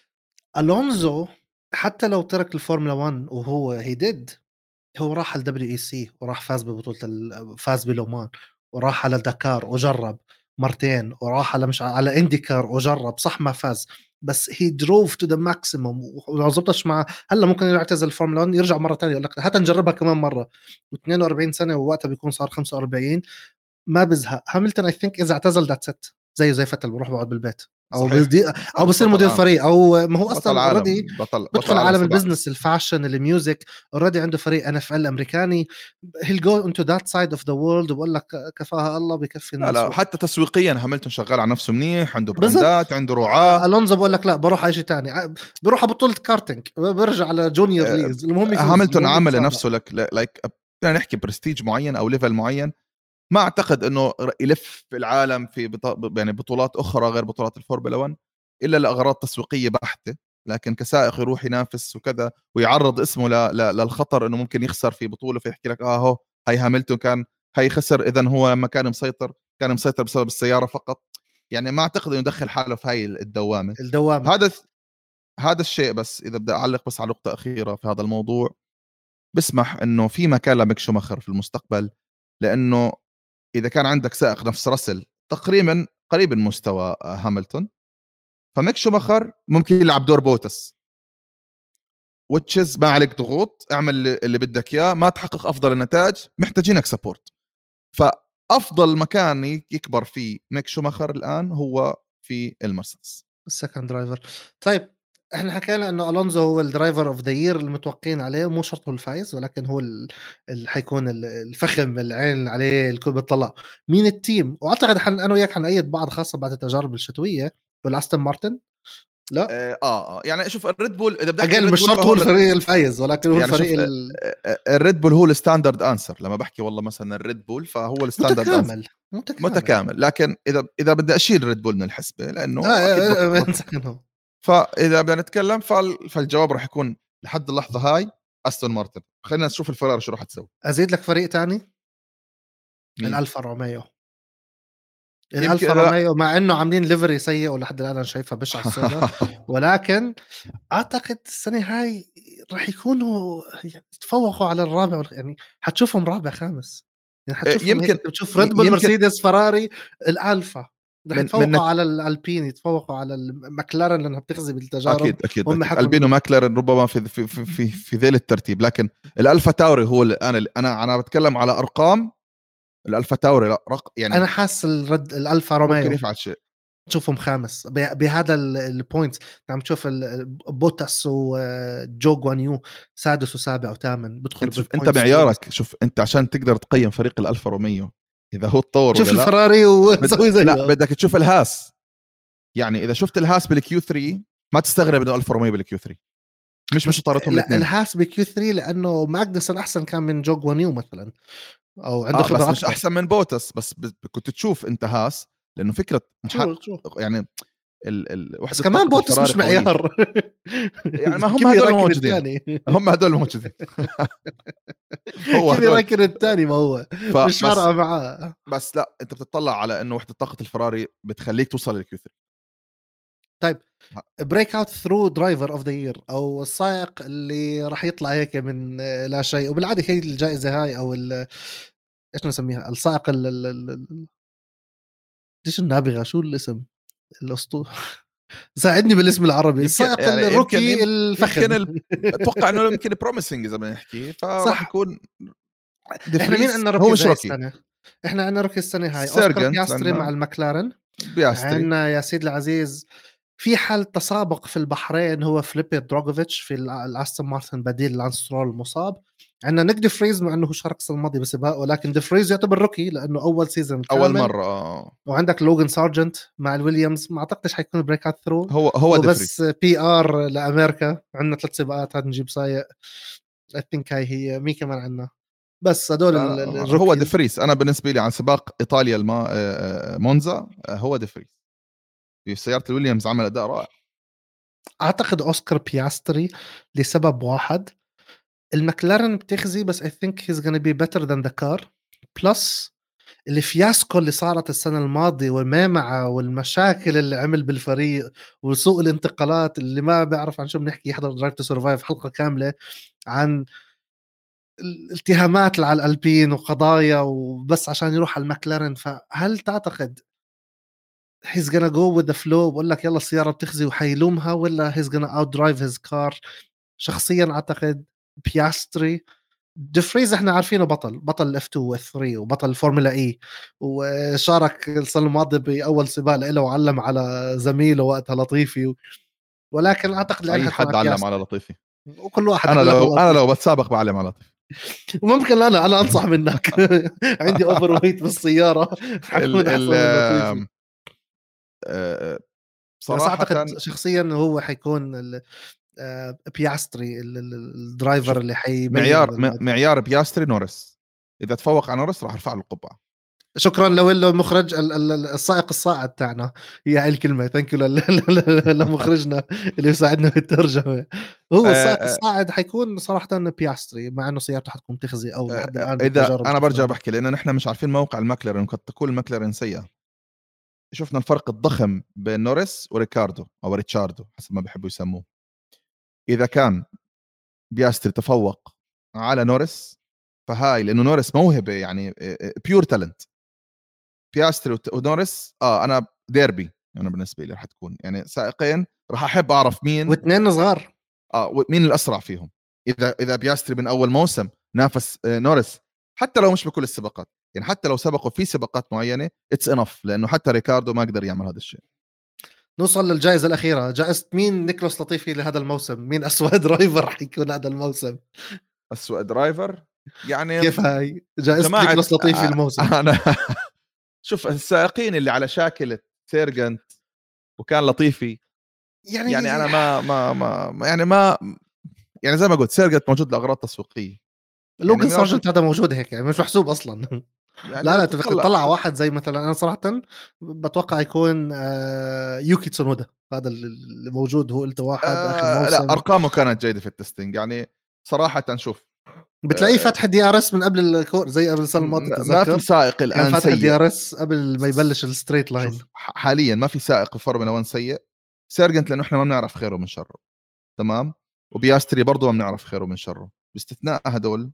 ألونزو حتى لو ترك الفورمولا 1 وهو هي ديد، هو راح على الدبليو اي سي وراح فاز ببطولة فاز بلومان، وراح على دكار وجرب مرتين، وراح على مش على انديكار وجرب. صح ما فاز، بس هي دروف تو ذا ماكسيموم. ولو زبطش مع هلا ممكن يعتزل الفورمولا 1 يرجع مرة تانية يقول لك هات نجربها كمان مرة. و42 سنة ووقتها بيكون صار 45. ما بزهق هاملتون. اي ثينك اذا اعتزل ذات ست زي فتل بروح بقعد بالبيت، او
صحيح،
او بصير
بطل
مدير
عالم،
فريق، او ما هو
بطل
اصلا اوريدي
عالم، بطل
بدخل
عالم
عالم
7.
البزنس، الفاشن، الميوزك. اوريدي عنده فريق ان اف ال امريكاني. he'll go into that side of the world. وبقول لك كفاها الله بكفي الناس
لا حتى تسويقيا هاملتون شغال على نفسه منيح، عنده
بالضبط.
براندات، عنده رعاة.
الونزو بقول لك لا، بروح على شيء ثاني. بروح على بطولة كارتينج، برجع على جونيور ليجز. المهم يفوز،
هاملتون
المهم
عامل
يتسابق.
لنفسه لايك يعني نحكي برستيج معين او ليفل معين. ما اعتقد انه يلف في العالم في يعني بطولات اخرى غير بطولات الفورمولا 1 الا لاغراض تسويقيه بحته. لكن كسائق يروح ينافس وكذا ويعرض اسمه للخطر انه ممكن يخسر في بطوله، فيحكي لك هو هاي هاملتون كان هاي خسر، اذا هو لما كان مسيطر بسبب السياره فقط. يعني ما اعتقد انه يدخل حاله في هاي الدوامه.
الدوامة.
هذا هذا الشيء. بس اذا بدي اعلق بس على نقطه اخيره في هذا الموضوع، بسمح انه في مكان لميك شوماخر في المستقبل. لانه اذا كان عندك سائق نفس راسل تقريبا قريب من مستوى هاملتون، فميك شوماخر ممكن يلعب دور بوتس. وتشز ما عليك ضغوط، اعمل اللي بدك اياه، ما تحقق افضل النتائج، محتاجينك سبورت. فافضل مكان يكبر فيه ميك شوماخر الان هو في المرسيدس
السكند درايفر. طيب احنا حكينا انه الونزو هو الدرايفر اوف ذا يير المتوقعين عليه، مو شرط هو الفايز، ولكن هو اللي حيكون الفخم العين عليه الكل بيطلع. مين التيم؟ واعتقد انا وياك حنأيد بعض، خاصه بعد التجارب الشتويه. والاستون مارتن لا
يعني شوف الريد بول، اذا بدي احكي
اقل،
الريد
مش
بول
شرط هو
فهو
الفريق الفايز، ولكن هو
يعني شوف
الفريق
الريد بول هو الستاندرد انسر. لما بحكي والله مثلا الريد بول فهو الستاندرد انسر
متكامل متكامل.
متكامل. لكن اذا بدي اشيل الريد بول من الحسبه لانه اكيد
انسى.
فاذا بدنا نتكلم فالجواب راح يكون لحد اللحظه هاي استون مارتن. خلينا نشوف الفرار شو راح تسوي.
ازيد لك فريق تاني،
مين؟
الالفا روميو.
يمكن
الالفا
لا.
روميو مع انه عاملين ليفري سيء ولحد الان انا شايفها بشعه السوداء، ولكن اعتقد السنه هاي راح يكونوا يعني تفوقوا على الرابع يعني حتشوفهم رابع خامس، يعني حتشوفهم هيك.
يمكن
انت بتشوف ريد بول،
يمكن
مرسيدس، فراري، الالفا رح
من
يتفوقوا على الالبين، يتفوقوا على المكلارن لانها بتخزي بالتجارب.
اكيد
هم
البينو
حكوا
ماكلارن ربما في ذيل الترتيب. لكن الالفا تاوري هو انا بتكلم على ارقام. الالفا تاوري لا
انا
يعني
حاسس الالفا
ممكن
روميو
يفعل شيء.
تشوفهم خامس بهذا البوينت. عم تشوف بوتاس وجو غوانيو سادس وسابع وثامن بدخلوا
انت شوف، انت
بالبوينتس.
معيارك، شوف انت عشان تقدر تقيم فريق الالفا روميو اذا هو تطور
شوف
ولا لا.
الفراري وسوي
لا
زيه.
بدك تشوف الهاس. يعني اذا شفت الهاس بالكيو 3 ما تستغرب انه الفا روميو بالكيو 3 مش
بس
طارتهم
لا،
الاثنين.
الهاس بكيو 3 لانه ماجنسون احسن كان من جو غوانيو مثلا، او عنده
بس
خبره
مش
اكبر.
احسن من بوتس. بس كنت تشوف انت هاس لانه فكره
شو
يعني
بس
وحده
كمان
طاقه
بوتس
الفراري
مش
قويه.
معيار.
يعني ما هم
كيف
هدول
يركن
الموجودين.
الثاني؟
هم هدول الموجودين. هو
كيف
هدول.
يركن الثاني؟ ما هو مش
فبس
فارقه معاه.
بس لا انت بتطلع على انه وحده طاقه الفراري بتخليك توصل للكيو 3.
طيب بريك اوت ثرو درايفر اوف ذا يير، او السائق اللي راح يطلع هيك من لا شيء. وبالعاده هي الجائزه هاي او ايش نسميها، السائق ليش النابغه، شو الاسم الاسطوره؟ ساعدني بالاسم العربي.
يمكن
السائق
يعني
الروكي الفخم.
اتوقع انه يمكن بروميسنج اذا بدنا نحكي فراح
صح.
يكون
احنا مين
ديفريس.
عندنا
هو
روكيز
مش
هاي
روكي.
السنه؟ احنا عندنا روكي السنه هاي اوسكار
سيرجنت
بياستري مع
عندنا
المكلارن.
بياستري.
عندنا يا سيدي العزيز في حال تسابق في البحرين، هو فليبي دروغوفيتش في الاستون مارتن بديل لانس سترول المصاب. عندنا نيك ديفريز مع انه هو شارك السنه الماضيه بسباق، ولكن ديفريز يعتبر روكي لانه اول سيزون
اول
كامل.
مره
وعندك لوغان سارجنت مع الويليامز، ما اعتقدش حيكون بريك اوت ثرو.
هو
هو
ديفريس.
بس بي ار لامريكا. عندنا 3 سباقات، هاد نجيب سايق. اي ثينك هي مين كمان عندنا؟ بس هدول
لا لا هو
الروكيز.
ديفريس. انا بالنسبه لي عن سباق ايطاليا مونزا هو ديفريس. في سياره الويليامز عمل اداء رائع.
اعتقد اوسكار بياستري لسبب واحد، المكلارن بتخزي بس I think he's gonna be better than the car. بلس الفياسكو اللي صارت السنة الماضية والمامعة والمشاكل اللي عمل بالفريق وسوء الانتقالات، اللي ما بيعرف عن شو بنحكي يحضر درايف تو سرفايف حلقة كاملة عن الاتهامات اللي على الألبين وقضايا وبس عشان يروح على المكلارن. فهل تعتقد he's gonna go with the flow بقول لك يلا السيارة بتخزي وحيلومها، ولا he's gonna outdrive his car؟ شخصيا اعتقد بياستري. ديفريز احنا عارفينه بطل الاف 2 واف 3 وبطل الفورمولا اي، وشارك السنه الماضيه باول سباق له وعلم على زميله وقتها لطيفي. ولكن اعتقد الان
اي
حيكون
حد
على
علم على
بياستري،
لطيفي.
وكل واحد
انا
علم
لو
على لطيفي.
بتسابق بعلم على لطيفي.
وممكن انا انصح منك. عندي اوفر ويت بالسياره،
ال
حكون
ال
احسن من لطيفي.
آه،
بس
صراحه
اعتقد شخصيا هو حيكون بياستري الدرايفر
شوف،
اللي حيبين.
معيار بياستري نورس. اذا تفوق على نورس راح ارفع له القبعه.
شكرا لو مخرج السائق الصاعد تاعنا. هي هاي الكلمه ثانك يو لمخرجنا اللي يساعدنا في الترجمه. هو السائق
آه،
الصاعد حيكون صراحه بياستري، مع انه سيارته حتكون تخزي او لحد الان
اذا
بالتجارب
انا برجع
شفناها.
بحكي لان نحن مش عارفين موقع المكلارن، قد تكون المكلارن سيئه. شفنا الفرق الضخم بين نورس وريكاردو او ريتشاردو حسب ما بيحبوا يسموه. اذا كان بياستري تفوق على نورس فهاي لانه نورس موهبه يعني بيور تالنت. بياستري ونورس انا ديربي. انا بالنسبه لي راح تكون يعني سائقين راح احب اعرف مين.
واثنين صغار.
مين الاسرع فيهم. اذا بياستري من اول موسم نافس نورس حتى لو مش بكل السباقات، يعني حتى لو سبقوا في سباقات معينه اتس انف، لانه حتى ريكاردو ما قدر يعمل هذا الشيء.
نوصل للجائزة الأخيرة، جائزة مين نيكلاس لطيفي لهذا الموسم؟ مين أسوأ درايفر حيكون هذا الموسم؟
أسوأ درايفر يعني
كيف هاي جائزة
جماعه
نيكلاس لطيفي الموسم؟
انا شوف السائقين اللي على شاكله سيرجنت وكان لطيفي، يعني
يعني
انا ما يعني زي ما قلت سيرجنت موجود لاغراض تسويقيه، يعني
لوغان سارجنت هذا موجود هيك يعني مش محسوب أصلا.
يعني
لا
لا
لا، انت بدك
تطلع
تطلع واحد زي مثلا، انا صراحه بتوقع يكون يوكي تسونودا، هذا اللي موجود، هو قلت واحد اخر
لا
موسم
ارقامه كانت جيده في التستنج يعني صراحه. نشوف
بتلاقيه فاتح الدي ار اس من قبل الكور زي قبل السنه الماضيه،
ما في
تتذكر
سائق
كان
الان
فاتح الدي
سيء.
ار اس قبل ما يبلش الستريت لاين.
شوف حاليا ما في سائق الفورمولا 1 سيء. سيرجنت لانه احنا ما بنعرف خيره من شره، تمام، وبياستري برضه ما بنعرف خيره من شره باستثناء هدول.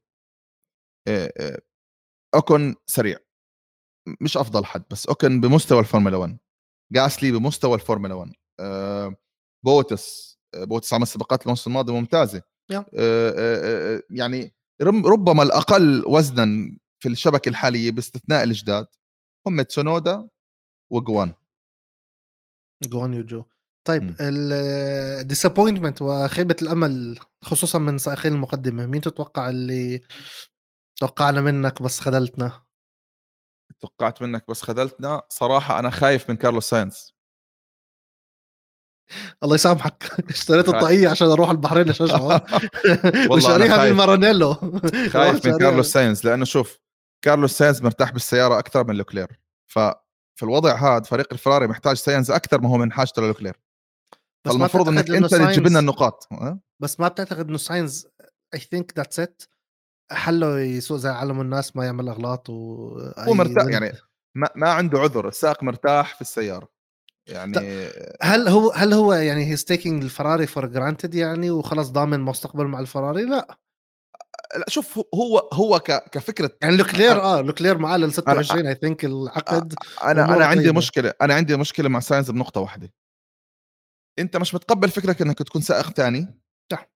اوكن سريع، مش افضل حد بس اوكن بمستوى الفورمولا 1. جاسلي بمستوى الفورمولا 1. بوتس عمل سباقات الموسم الماضي ممتازه.
يا
يعني ربما الاقل وزنا في الشبكه الحاليه باستثناء الجداد هم تسونودا وجوان.
جوان يوجو. طيب الديسابوينتمنت وخيبه الامل خصوصا من سائقين المقدمه، مين تتوقع اللي توقعنا منك بس خذلتنا؟
توقعت منك بس خذلتنا صراحه. انا خايف من كارلوس ساينز.
الله يسامحك. اشتريت الطاقية عشان اروح البحرين اشجعه.
والله انا
وشاريها
خايف،
بالمارانيلو.
خايف من كارلوس ساينز لانه شوف كارلوس ساينز مرتاح بالسياره اكثر من لوكلير. ففي الوضع هذا فريق الفراري محتاج ساينز اكثر ما هو من حاجته للوكلير.
بس ما
فالمفروض
بتعتقد
انك
انه
انت اللي تجيب لنا
ساينز
النقاط.
بس ما بتعتقد انه ساينز اي ثينك ذاتس ات حله يسوق زي علم الناس، ما يعمل اغلاط
هو
واي
مرتاح
وين.
يعني ما عنده عذر، السائق مرتاح في السياره يعني.
هل هو يعني هيز تيكينج الفراري فور جرانتد يعني، وخلاص ضامن مستقبل مع الفراري؟ لا
لا شوف هو كفكره.
يعني لوكلير معاه لل
انا
26 اي ثينك العقد.
انا
واموره
عندي
طيبه.
مشكله، انا عندي مشكله مع ساينز بنقطه واحده. انت مش متقبل فكرك انك تكون سائق ثاني،
صح،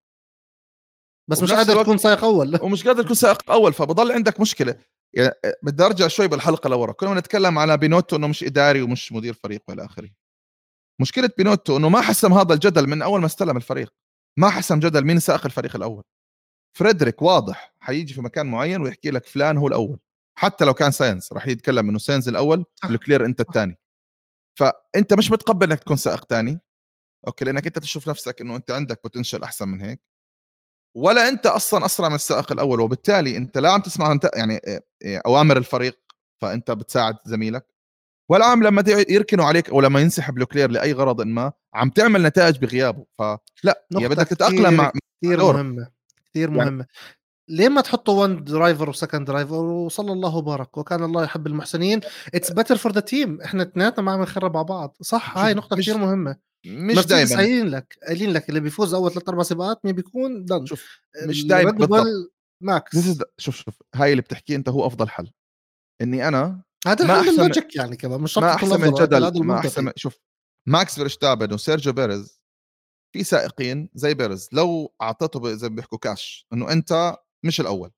بس مش
وبنفس
قادر تكون
الوقت
سائق اول.
ومش قادر تكون سائق اول، فبضل عندك مشكله. يعني بدي ارجع شوي بالحلقه لورا، كنا نتكلم على بينوتو انه مش اداري ومش مدير فريق والى اخره. مشكله بينوتو انه ما حسم هذا الجدل من اول ما استلم الفريق. ما حسم جدل مين سائق الفريق الاول. فريدريك واضح حيجي في مكان معين ويحكي لك فلان هو الاول، حتى لو كان ساينز راح يتكلم انه ساينز الاول
صح
والكلير انت
صح.
الثاني. فانت مش متقبل انك تكون سائق ثاني، اوكي، لانك انت تشوف نفسك انه انت عندك بوتنشل احسن من هيك، ولا انت اصلا اسرع من السائق الاول، وبالتالي انت لا عم تسمع يعني اوامر الفريق، فانت بتساعد زميلك، ولا عم لما يركنوا عليك او لما ينسحب لوكلير لاي غرض ما عم تعمل نتائج بغيابه. فلا يا
نقطة
بدك تتاقلم
كتير
مع
كتير
دور
مهمة، كتير
يعني.
مهمة. ليه ما تحطوا 1 درايفر وسكند درايفر وصلى الله وبارك وكان الله يحب المحسنين؟ اتس بيتر فور ذا تيم، احنا اثنيناتنا ما عم نخرب على بعض. صح،
شوف
هاي نقطة كتير
مش
مهمة.
مش
مرسيدس
دائما.
قايلين لك اللي بيفوز اول 3 4 سباقات مين بيكون دن.
شوف مش دائما
الريد
بالضبط.
بول ماكس.
شوف هاي اللي بتحكيه انت هو افضل حل. اني انا
هذا
ما
الحل
احسن
اللوجيك يعني، كمان مش شرط
ما
يكون
احسن من
الافضل ولكن
جدل،
هذا
ما احسن
المنطقي.
شوف ماكس فيرستابن وسيرجيو بيريز. في سائقين زي بيرز لو اعطيته زي ما بيحكوا كاش انه انت مش الاول،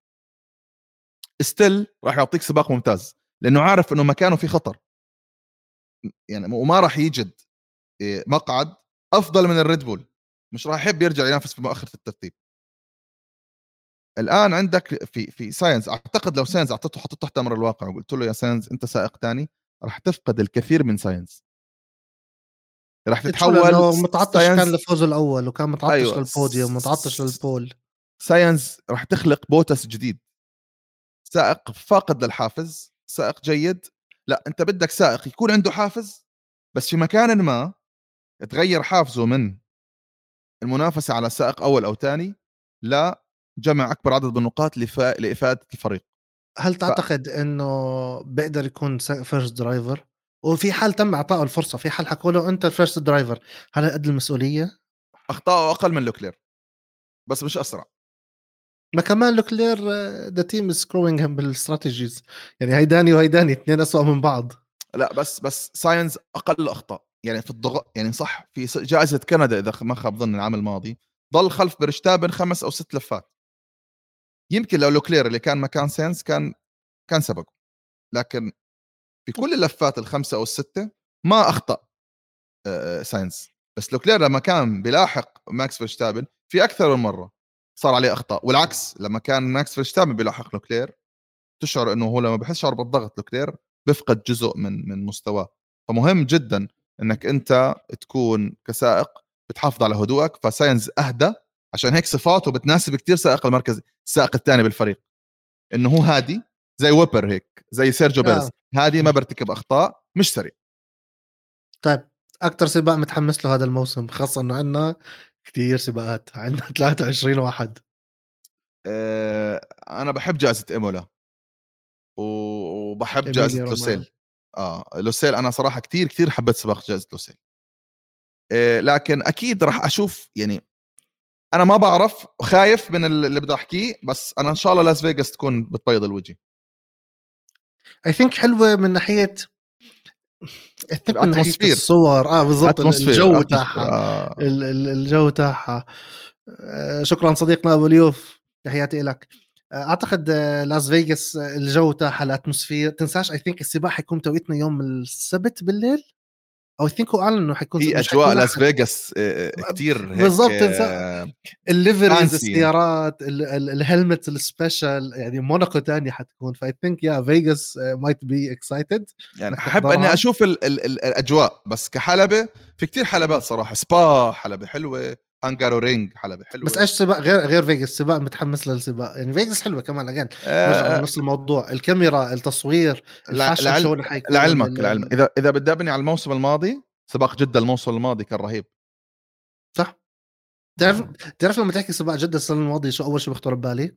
ستيل راح يعطيك سباق ممتاز لانه عارف انه مكانه في خطر يعني، وما راح يجد مقعد افضل من الريد بول، مش راح يحب يرجع ينافس في مؤخره الترتيب. الان عندك في ساينز، اعتقد لو ساينز اعطيته حطيته تحت امر الواقع وقلت له يا ساينز انت سائق ثاني، راح تفقد الكثير من ساينز، راح
شو
تتحول
لانه متعطش كان
ساينز.
لفوز الاول، وكان متعطش
ايوه
للبوديوم، متعطش للبول.
ساينز راح تخلق بوتس جديد، سائق فاقد للحافز، سائق جيد. لا انت بدك سائق يكون عنده حافز بس في مكان ما تغير حافزه من المنافسه على سائق اول او ثاني لا جمع اكبر عدد من النقاط لافاده الفريق.
هل تعتقد انه بيقدر يكون فيرست درايفر؟ وفي حال تم اعطائه الفرصه، في حال حكوا له انت الفيرست درايفر، هل قد المسؤوليه؟
اخطاءه اقل من لوكلير بس مش اسرع.
ما كمان لوكلير ذا تيم از سكروينج هم بالاستراتيجيز، يعني هيداني وهيداني اثنين اسوء من بعض.
لا بس ساينز اقل اخطاء يعني في الضغط يعني. صح في جائزه كندا اذا ما خاب ظن العام الماضي ضل خلف فيرستابن 5 أو 6 لفات. يمكن لو لوكلير اللي كان مكان ساينز كان سبقه، لكن في كل اللفات ال5 أو ال6 ما أخطأ ساينز. بس لوكلير لما كان بيلاحق ماكس فيرستابن في أكثر من مرة صار عليه أخطاء، والعكس لما كان ماكس فيرستابن بيلاحق لوكلير تشعر إنه هو لما بحس شعر بالضغط لوكلير بفقد جزء من مستواه. فمهم جدا إنك أنت تكون كسائق بتحافظ على هدوءك. فساينز أهدى، عشان هيك صفاته بتناسب كتير سائق المركز السائق الثاني بالفريق، إنه هو هادي زي ويبر هيك، زي سيرجيو بيريز، هادي ما برتكب أخطاء، مش سريع.
طيب اكتر سباق متحمس له هذا الموسم، خاصه انه عندنا كتير سباقات، عندنا 23 واحد.
أنا بحب جائزة إيمولا وبحب جائزة
إيميليا رومانا.
لوسيل. لوسيل أنا صراحة كتير كتير حبيت سباق جائزة لوسيل. لكن أكيد راح أشوف، يعني أنا ما بعرف، خايف من اللي بدي أحكيه، بس أنا إن شاء الله لاس فيغاس تكون بتبيض الوجه.
I think حلوة من ناحية من ناحية
الاتموسفير،
الصور بالضبط، الجو
اتموسفير
تاعها، الجو تاعها. شكرا صديقنا أبو اليوف، تحياتي لك. أعتقد لاس فيغاس الجو تاعها، الاتموسفير. تنساش I think السباق حيكون توقيتنا يوم السبت بالليل، أو I think هو أعلن إنه حيكون
في
مش
اجواء
حيكون
لاس
أحد.
فيغاس كتير هيك
بالضبط، تنسى الليفريز،
فانسي.
السيارات، الهلمت السبيشال، يعني موناكو تاني حتكون. فاي ثينك يا فيغاس مايت بي اكسايتد
يعني
انك
احب اني
تحضرها.
اشوف الاجواء، بس كحلبة في كتير حلبات صراحه. سبا حلبة حلوه، هانجارو رينج حلبة
بس
حلوه.
ايش سباق غير فيغاس؟ سباق متحمس للسباق يعني. فيغاس حلوه كمان، اجين نرجع
آه
لنفس الموضوع، الكاميرا، التصوير، الفاشن شو اللي حيكون
لعلمك اذا بدي ابني على الموسم الماضي، سباق جده الموسم الماضي كان رهيب.
صح. تعرف لما تحكي سباق جده السنه الماضيه شو اول شيء بيخطر ببالي؟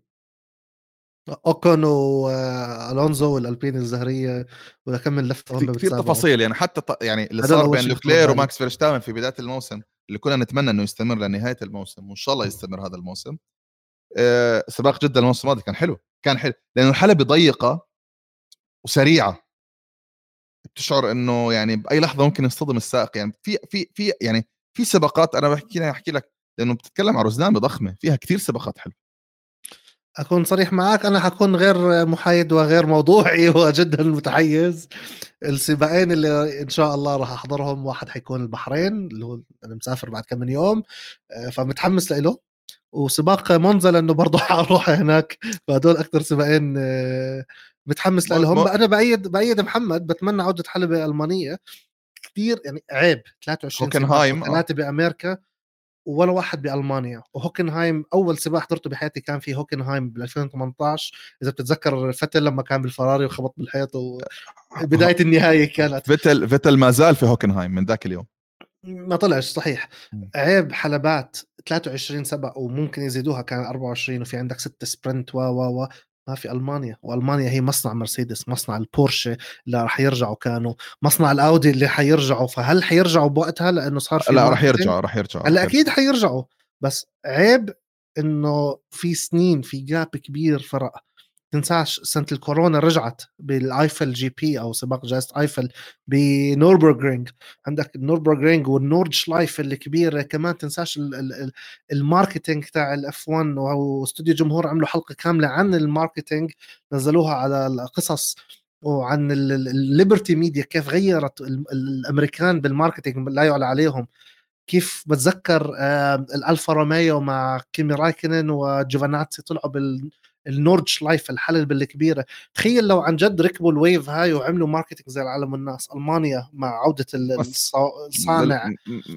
اوكون والونزو والالبين الزهريه، ولا كم لفه هم
كثير
بتسابقوا.
تفاصيل يعني، حتى يعني اللي
هذول
صار
اول
بين
شيء بيخطر
لوكلير
ببالي.
وماكس فيرستابن في بدايه الموسم اللي كنا نتمنى انه يستمر لنهايه الموسم، وان شاء الله يستمر هذا الموسم. سباق جده الموسم الماضي كان حلو لانه الحلبة ضيقه وسريعه، بتشعر انه يعني باي لحظه ممكن يصطدم السائق. يعني في يعني في سباقات انا احكي لك لانه بتتكلم عن رزنامه ضخمه، فيها كثير سباقات حلوه.
أكون صريح معك، أنا حكون غير محايد وغير موضوعي وجدا متحيز. السباقين اللي إن شاء الله راح أحضرهم، واحد حيكون البحرين اللي هو أنا مسافر بعد كم من يوم، فمتحمس له. وسباق مونزا لأنه برضه حأروح هناك. فهدول أكثر سباقين متحمس لهم. أنا بأيد محمد، بتمنى عودة حلبة ألمانية كثير. يعني عيب 23 سباق
هوكنهايم
وثلاثة بأمريكا ولا واحد بألمانيا. وهوكنهايم أول سباق حضرته بحياتي كان في هوكنهايم بال 2018، إذا بتتذكر فتل لما كان بالفراري وخبط بالحيط، وبداية النهاية كانت
فيتل ما زال في هوكنهايم من ذاك اليوم.
ما طلعش صحيح. عيب حلبات 23 سبق وممكن يزيدوها، كان 24 وفي عندك 6 سبرنت و ما في ألمانيا. وألمانيا هي مصنع مرسيدس، مصنع البورشه اللي راح يرجعوا، كانوا مصنع الأودي اللي حيرجعوا. فهل حيرجعوا بوقتها لأنه صار في
لا
ماركتينج؟
راح يرجع
هلا أكيد حيرجعوا، بس عيب إنه في سنين، في جاب كبير فرق. تنساش سنة الكورونا رجعت بالايفل جي بي او سباق جائزة ايفل بنوربرغرينج. عندك النوربرغرينج والنوردشلايف الكبيرة كمان. تنساش الماركتينج تاع الاف 1، واستوديو جمهور عملوا حلقة كاملة عن الماركتينج، نزلوها على القصص، وعن الليبرتي ميديا كيف غيرت الامريكان بالماركتينج لا يعلى عليهم. كيف بتذكر الالفا روميو مع كيمي رايكنن وجوفاناتسي طلعوا النوردش لايف الحلبة الكبيرة. تخيل لو عن جد ركبوا الويف هاي وعملوا ماركتينج زي العالم والناس. ألمانيا مع عودة
بس
الصانع.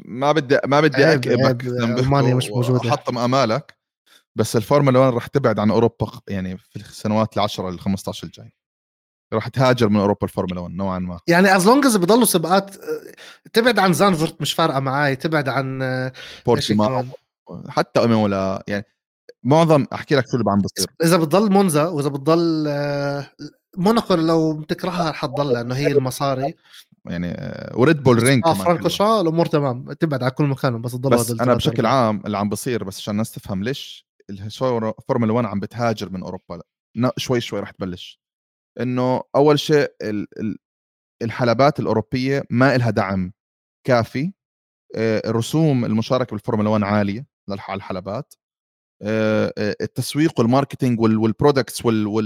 ما بدي
عيب
اكئبك زي ما
ألمانيا
بيحكوا
مش موجودة.
واحطم امالك، بس الفورمولا 1 راح تبعد عن اوروبا يعني في السنوات العشرة ال15 الجاي، راح تهاجر من اوروبا الفورمولا 1 نوعا ما.
يعني از لونج بضلوا سباقات، تبعد عن زانفورت مش فارقة معاي، تبعد عن ايش
بورتيماو
كمان،
حتى امولا، يعني معظم احكي لك شو اللي عم بصير.
اذا بتضل مونزا، واذا بتضل موناكو لو بتكرهها حتضل لانه هي المصاري.
يعني وريد بول رينج كمان
فرانكو
حلوه.
شا الامور تمام، تبعد على كل مكان، بس تضلوا
بس
هذول
انا
ثلاث
بشكل
ارباع.
عام اللي عم بصير، بس عشان الناس تفهم ليش الفورمولا 1 عم بتهاجر من اوروبا، شوي شوي راح تبلش. انه اول شيء الحلبات الاوروبيه ما إلها دعم كافي. رسوم المشاركه بالفورمولا 1 عاليه، على الحلبات. التسويق والماركتينج والبرودكتس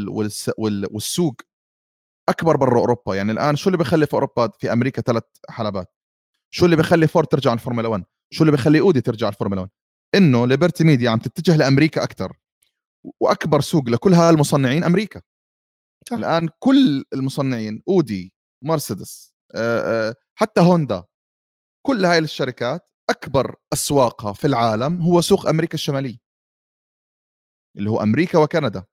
والسوق اكبر برا اوروبا. يعني الان شو اللي بيخلي في اوروبا في امريكا 3 حلبات؟ شو اللي بيخلي فورد ترجع على الفورمولا 1؟ شو اللي بيخلي اودي ترجع على الفورمولا 1؟ انه ليبرتي ميديا عم تتجه لامريكا اكثر، واكبر سوق لكل هالمصنعين امريكا.
صح.
الان كل المصنعين، اودي، مرسيدس، حتى هوندا، كل هاي الشركات اكبر اسواقها في العالم هو سوق امريكا الشماليه، اللي هو امريكا وكندا،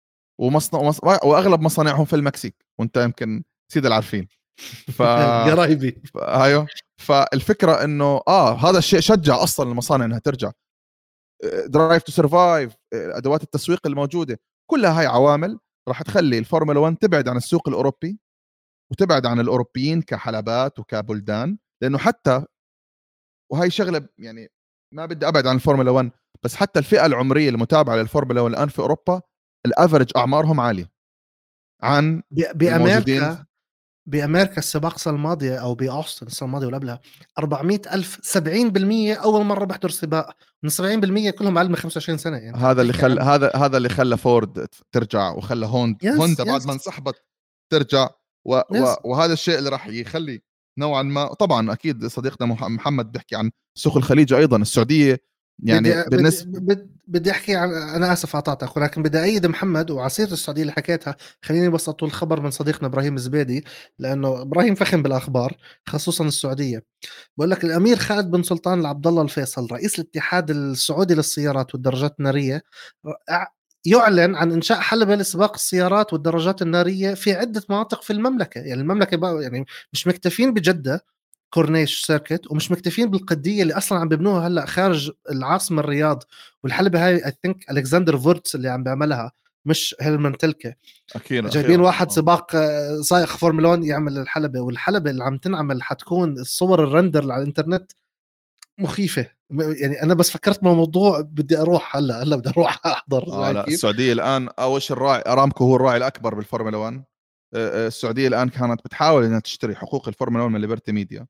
واغلب مصانعهم في المكسيك، وانت يمكن سيد العارفين. ف
قرايبي.
ايوه. فالفكره انه هذا الشيء شجع اصلا المصانع انها ترجع. درايف تو سرفايف، ادوات التسويق الموجوده، كلها هاي عوامل راح تخلي الفورمولا 1 تبعد عن السوق الاوروبي وتبعد عن الاوروبيين كحلبات وكبلدان. لانه حتى، وهي شغله يعني ما بدي ابعد عن الفورمولا 1، بس حتى الفئه العمريه المتابعه للفورمولا 1 الان في اوروبا الافرج اعمارهم عاليه عن الموجودين
بامريكا السباق السنه الماضيه او باوستن السنه الماضيه ولا قبلها 400 الف، 70% اول مره بحضر سباق، من 70% كلهم اقل من 25 سنه. يعني انت عم
هذا اللي
تحكي
خلى
عن
هذا اللي خلى فورد ترجع، وخلى
يس
هوندا بعد
يس
ما انسحبت ترجع.
يس
وهذا الشيء اللي راح يخلي نوعا ما. طبعا اكيد صديقنا محمد بيحكي عن سوق الخليج ايضا، السعوديه يعني بالنسبه.
بدي احكي عن، انا اسف قاطعتك، ولكن بدي ايد محمد وعصير السعوديه اللي حكيتها. خليني بس اطول الخبر من صديقنا ابراهيم الزبيدي، لانه ابراهيم فخم بالاخبار خصوصا السعوديه. بقول لك الامير خالد بن سلطان العبد الله الفيصل رئيس الاتحاد السعودي للسيارات والدراجات الناريه يعلن عن انشاء حلبة لسباق السيارات والدراجات الناريه في عده مناطق في المملكه. يعني المملكه بقى يعني مش مكتفين بجده كورنيش سيركت، ومش مكتفين بالقديه اللي اصلا عم بيبنوها هلا خارج العاصمه الرياض. والحلبه هاي اي ثينك الكسندر فورتس اللي عم بيعملها، مش هيرمان تلكه. جايبين
اخيرا
واحد سباق سائق فورمولا 1 يعمل الحلبة، والحلبة اللي عم تنعمل حتكون الصور الرندر على الانترنت مخيفة. يعني أنا بس فكرت بالموضوع بدي أروح هلا بدي أروح أحضر. شايف
لا،
كيف؟
السعوديه الان اول شيء الراعي ارامكو هو الراعي الاكبر بالفورمولا 1. السعوديه الان كانت بتحاول انها تشتري حقوق الفورمولا 1 من ليبرتي ميديا.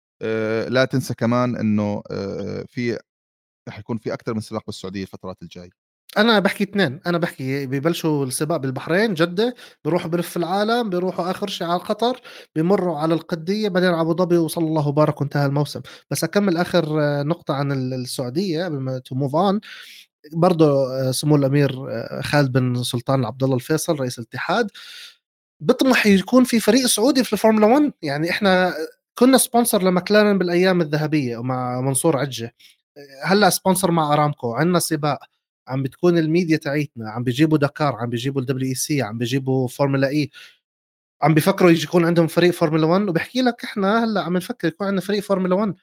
لا تنسى كمان انه في رح يكون في اكثر من سباق بالسعوديه الفترات الجاي.
أنا بحكي اثنين، أنا بحكي ببلشوا السباق بالبحرين جدة، بيروحوا بلف العالم، بيروحوا آخر شيء على قطر، بيمروا على القدية، بعدين على أبو ظبي، وصلى الله وبارك وانتهى الموسم. بس أكمل آخر نقطة عن السعودية قبل ما تو موف أون. برضه سمو الأمير خالد بن سلطان العبد الله الفيصل رئيس الاتحاد بيطمح يكون في فريق سعودي في الفورمولا 1. يعني احنا كنا سبونسر لمكلارن بالايام الذهبيه ومع منصور عجه، هلا سبونسر مع ارامكو، عندنا سباق، عم بتكون الميديا تاعيتنا، عم بيجيبوا دكار، عم بيجيبوا الدبليو اي سي، عم بيجيبوا فورمولا اي، عم بيفكروا يكون عندهم فريق فورمولا 1. وبحكي لك احنا هلا عم نفكر يكون عندنا فريق فورمولا 1،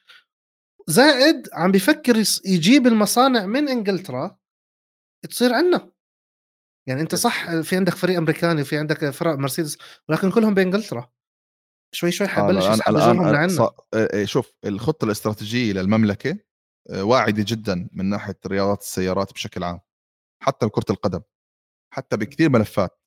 زائد عم بيفكر يجيب المصانع من انجلترا تصير عندنا. يعني انت
يس.
صح في عندك فريق امريكاني وفي عندك فرق مرسيدس، ولكن كلهم بانجلترا. شوي شوي
لا،
حيبلش
الان
يسحب
الان
اجرهم لعنا.
شوف الخطه الاستراتيجيه للمملكه واعده جدا من ناحيه رياضات السيارات بشكل عام، حتى بكره القدم، حتى بكثير ملفات.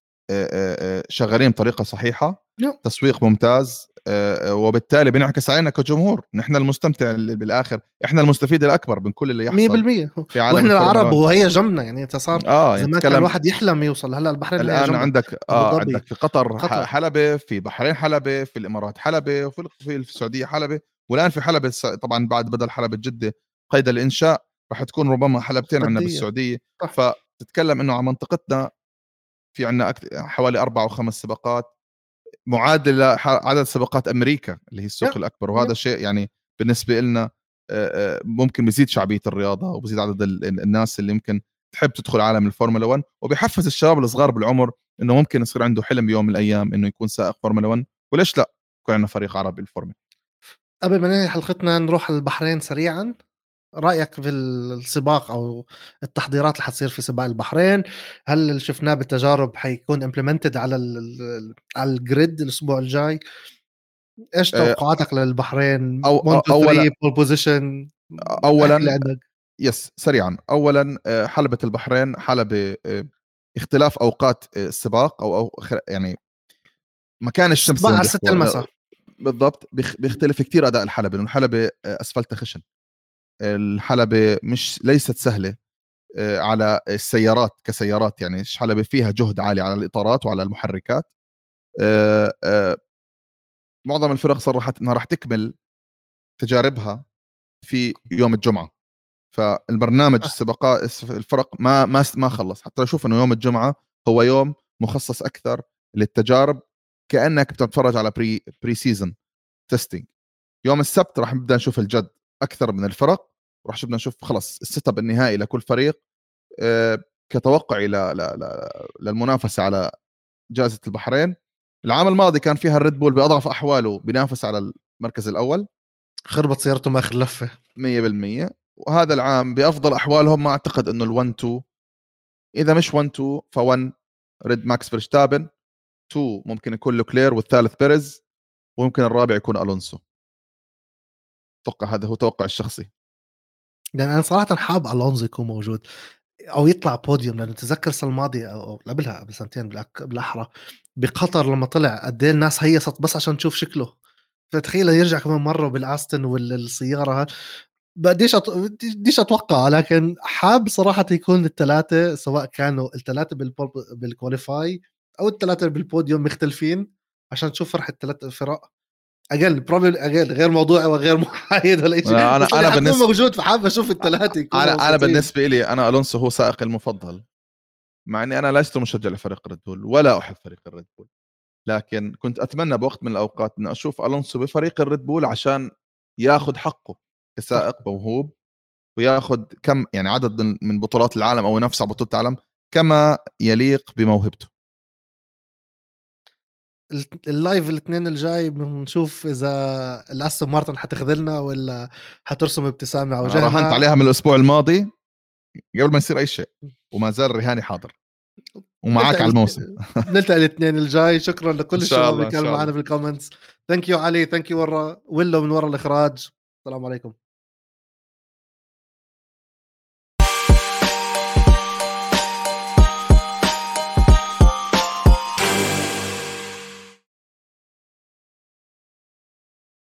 شغالين بطريقه صحيحه،
يو.
تسويق ممتاز. وبالتالي بينعكس علينا كجمهور، نحن المستمتع اللي بالاخر، احنا المستفيد الاكبر من كل اللي يحصل
100%.
في عالم
واحنا
الفورمولا
العرب
1.
وهي جنبنا. يعني انت صار
يعني
زمان كان
تتكلم
الواحد يحلم يوصل، هلا البحرين هي
الان
جنبك،
عندك
ابو
عندك
ظبي،
في قطر
قطر.
حلبة، في بحرين حلبة، في الامارات حلبة، في السعوديه حلبة، والان في حلبة طبعا بعد بدل حلبة جده قيد الانشاء راح تكون ربما حلبتين عندنا
قديه.
بالسعوديه.
صح.
فتتكلم انه على منطقتنا في عندنا حوالي 4 أو 5 سباقات، معادل عدد سباقات امريكا اللي هي السوق
يب
الاكبر. وهذا
يب
شيء يعني بالنسبه لنا ممكن بيزيد شعبيه الرياضه، وبزيد عدد الناس اللي ممكن تحب تدخل عالم الفورمولا 1، وبيحفز الشباب الصغار بالعمر انه ممكن يصير عنده حلم بيوم من الايام انه يكون سائق فورمولا 1. وليش لا يكون عندنا فريق عربي بالفورمولا.
قبل ما ننهي حلقتنا نروح على البحرين سريعا. رايك في السباق او التحضيرات اللي حتصير في سباق البحرين؟ هل اللي شفناه بالتجارب حيكون امبلمنتد على على الجريد الاسبوع الجاي؟ ايش توقعاتك للبحرين؟
أو
1 2
اولا
3 بول بوزيشن. احكي اللي
اولا
عندك.
يس سريعا. اولا حلبة البحرين حلبة اختلاف اوقات السباق يعني مكان الشمس
السباق
زي ما
على 6
بيحكوا.
المساء.
بالضبط. بيختلف كتير اداء الحلبة، لانه الحلبة اسفلتها خشن. الحلبة ليست سهلة على السيارات كسيارات، يعني حلبة فيها جهد عالي على الإطارات وعلى المحركات. معظم الفرق صرحت انها راح تكمل تجاربها في يوم الجمعه، فالبرنامج السباقات الفرق ما خلص، حتى اشوف انه يوم الجمعه هو يوم مخصص اكثر للتجارب، كانك بتتفرج على بري سيزون تيستينج. يوم السبت راح نبدا نشوف الجد اكثر من الفرق، راح نبدا نشوف خلص السيت اب النهائي لكل فريق كتوقعي للمنافسه على جائزه البحرين. العام الماضي كان فيها الريد بول باضعف احواله بينافس على المركز الاول،
خربت سيارته ما اخر لفه
100%. وهذا العام بافضل احوالهم، ما اعتقد انه ال1 2، اذا مش 1 2 ف1 ريد ماكس فيرستابن، 2 ممكن يكون لوكلير، والثالث بيريز، وممكن الرابع يكون الونسو. اتوقع هذا هو توقع الشخصي.
يعني انا صراحه حاب الونزو يكون موجود او يطلع بوديوم، لانه تذكر السنه الماضيه او قبلها قبل سنتين بالاحرى بقطر لما طلع قد ايه الناس هيصت بس عشان تشوف شكله. فتخيل يرجع كمان مره بالاستن والسياره. بديش اتوقع، لكن حاب صراحه يكون الثلاثه، سواء كانوا الثلاثه بالكواليفاي او الثلاثه بالبوديوم مختلفين، عشان تشوف فرحه ثلاث فرق. اقل بروبلي اقل غير موضوعي وغير محايد ولا شيء، بس اللي حكون موجود فحاب اشوف الثلاثه يكونوا
انا بالنسبه لي انا الونسو هو سائق المفضل، مع اني انا لست مشجع لفريق ريد بول ولا احب فريق الريد بول، لكن كنت اتمنى بوقت من الاوقات ان اشوف الونسو بفريق الريد بول عشان ياخذ حقه كسائق موهوب، وياخذ كم يعني عدد من بطولات العالم او ينافس على بطولة العالم كما يليق بموهبته.
اللايف الاثنين الجاي بنشوف اذا الاستون مارتن حتخذلنا ولا حترسم ابتسامه على
انا راهنت
وجهنا.
عليها من الاسبوع الماضي قبل ما يصير اي شيء، وما زال رهاني حاضر ومعاك على الموسم.
نلتقي الاثنين الجاي. شكرا
ان
لكل
شاء
الشباب اللي
الله ان
كانوا
شاء
معنا
الله.
بالكومنتس. ثانك يو علي، ثانك يو ورا ويلو من ورا الاخراج. السلام عليكم.